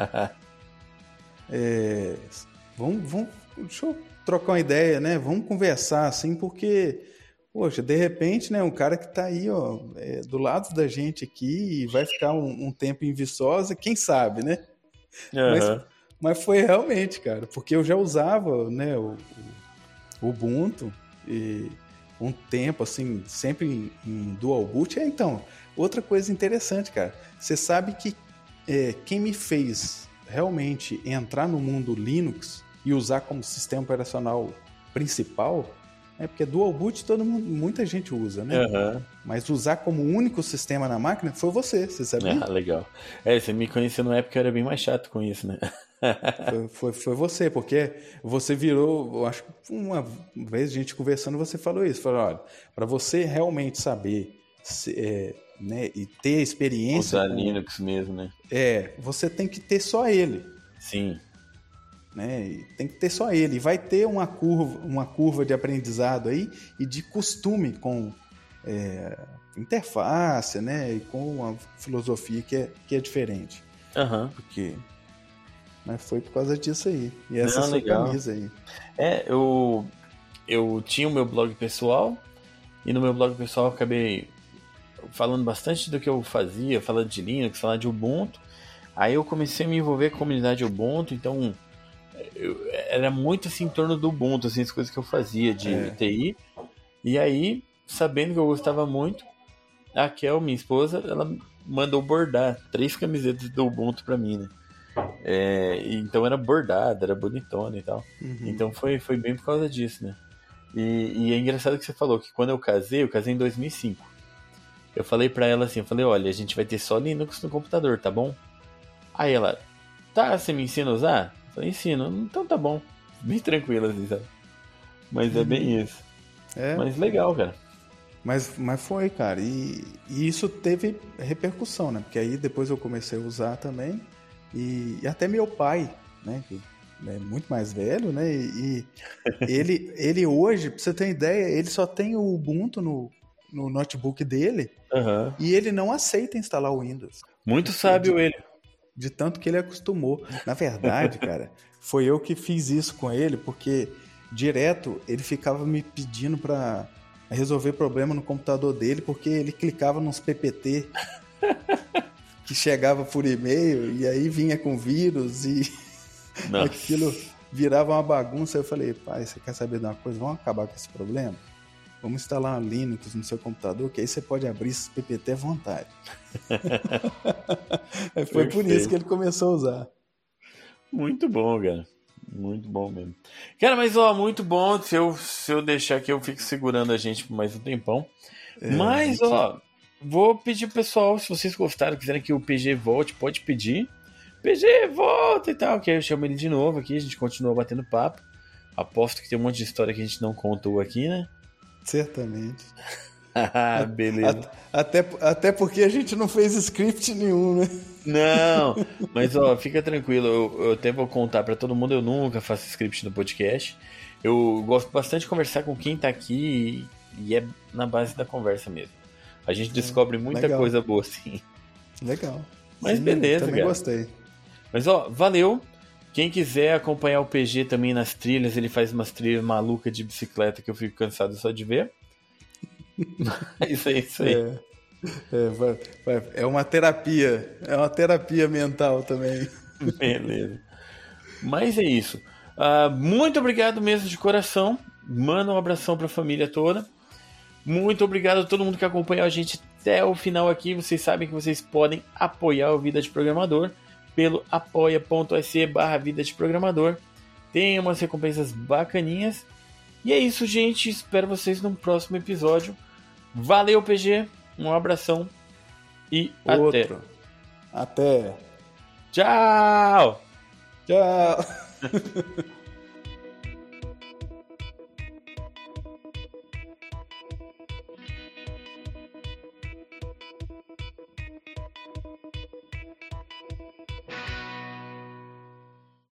S2: é, vamos, vamos, deixa eu trocar uma ideia, né? Vamos conversar, assim, porque, poxa, de repente, né, um cara que tá aí, ó, é, do lado da gente aqui e vai ficar um, um tempo em Viçosa, quem sabe, né?
S1: Uhum.
S2: Mas, mas foi realmente, cara, porque eu já usava, né, o, o Ubuntu e um tempo, assim, sempre em, em dual boot. É, então, outra coisa interessante, cara, você sabe que é, quem me fez realmente entrar no mundo Linux e usar como sistema operacional principal, é porque Dual Boot todo mundo, muita gente usa, né?
S1: Uhum.
S2: Mas usar como único sistema na máquina foi você, você sabia?
S1: Ah, legal. É, você me conheceu numa época que eu era bem mais chato com isso, né?
S2: Foi, foi, foi você, porque você virou, eu acho que uma vez a gente conversando, você falou isso, falou, olha, para você realmente saber se, é, né, e ter experiência
S1: Usar
S2: com,
S1: Linux mesmo, né?
S2: é, você tem que ter só ele.
S1: Sim.
S2: Né? E tem que ter só ele. E vai ter uma curva, uma curva de aprendizado aí e de costume com é, interface, né? E com uma filosofia que é, que é diferente.
S1: Aham.
S2: Porque, mas foi por causa disso aí. E essa
S1: Não,
S2: sua
S1: legal.
S2: camisa aí.
S1: É, eu, eu tinha o meu blog pessoal e no meu blog pessoal eu acabei falando bastante do que eu fazia, falando de Linux, falando de Ubuntu. Aí eu comecei a me envolver com a comunidade Ubuntu, então eu, era muito assim em torno do Ubuntu, assim, as coisas que eu fazia de
S2: É.
S1: T I. E aí, sabendo que eu gostava muito, a Kel, minha esposa, ela mandou bordar três camisetas do Ubuntu pra mim, né? É, e então era bordada, era bonitona e tal.
S2: Uhum.
S1: Então foi, foi bem por causa disso, né? E, e é engraçado que você falou que quando eu casei, eu casei em dois mil e cinco. Eu falei pra ela assim, eu falei, olha, a gente vai ter só Linux no computador, tá bom? Aí ela, tá, você me ensina a usar? Eu falei, ensino. Então tá bom. Bem tranquilo assim, sabe? Mas é bem isso.
S2: É,
S1: Mas legal, cara.
S2: mas, mas foi, cara. E, e isso teve repercussão, né? Porque aí depois eu comecei a usar também. E, e até meu pai, né? Que é muito mais velho, né? E, e ele, ele hoje, pra você ter uma ideia, ele só tem o Ubuntu no, no notebook dele
S1: Uhum.
S2: e ele não aceita instalar o Windows.
S1: Muito sábio ele.
S2: De tanto que ele acostumou. Na verdade, cara, foi eu que fiz isso com ele, porque direto ele ficava me pedindo pra resolver problema no computador dele, porque ele clicava nos P P T que chegava por e-mail e aí vinha com vírus e
S1: Nossa.
S2: aquilo virava uma bagunça. Eu falei, pai, você quer saber de uma coisa? Vamos acabar com esse problema? Vamos instalar uma Linux no seu computador, que aí você pode abrir esse P P T à vontade. Foi por isso que ele começou a usar.
S1: Muito bom, cara. Muito bom mesmo. Cara, mas ó, muito bom. Se eu, se eu deixar aqui, eu fico segurando a gente por mais um tempão.
S2: É,
S1: mas,
S2: gente...
S1: ó, vou pedir pro pessoal, se vocês gostaram, quiserem que o P G volte, pode pedir. P G, volta e tal, que aí eu chamo ele de novo aqui, a gente continua batendo papo. Aposto que tem um monte de história que a gente não contou aqui, né?
S2: Certamente.
S1: Beleza.
S2: Até, até porque a gente não fez script nenhum, né?
S1: Não, mas ó, fica tranquilo, eu, eu até vou contar pra todo mundo, eu nunca faço script no podcast. Eu gosto bastante de conversar com quem tá aqui e, e é na base da conversa mesmo. A gente descobre muita
S2: legal.
S1: coisa boa, sim.
S2: Legal.
S1: Mas
S2: Sim,
S1: beleza,
S2: também
S1: cara.
S2: gostei.
S1: Mas ó, valeu. Quem quiser acompanhar o P G também nas trilhas, ele faz umas trilhas malucas de bicicleta que eu fico cansado só de ver. Mas é isso aí.
S2: É, é, vai, vai, é uma terapia. É uma terapia mental também.
S1: Beleza. Mas é isso. Uh, muito obrigado mesmo de coração. Manda um abração pra família toda. Muito obrigado a todo mundo que acompanhou a gente até o final aqui. Vocês sabem que vocês podem apoiar o Vida de Programador pelo apoia.se barra Vida de Programador. Tem umas recompensas bacaninhas. E é isso, gente. Espero vocês no próximo episódio. Valeu, P G. Um abração. E
S2: Outro.
S1: até.
S2: Até.
S1: Tchau!
S2: Tchau.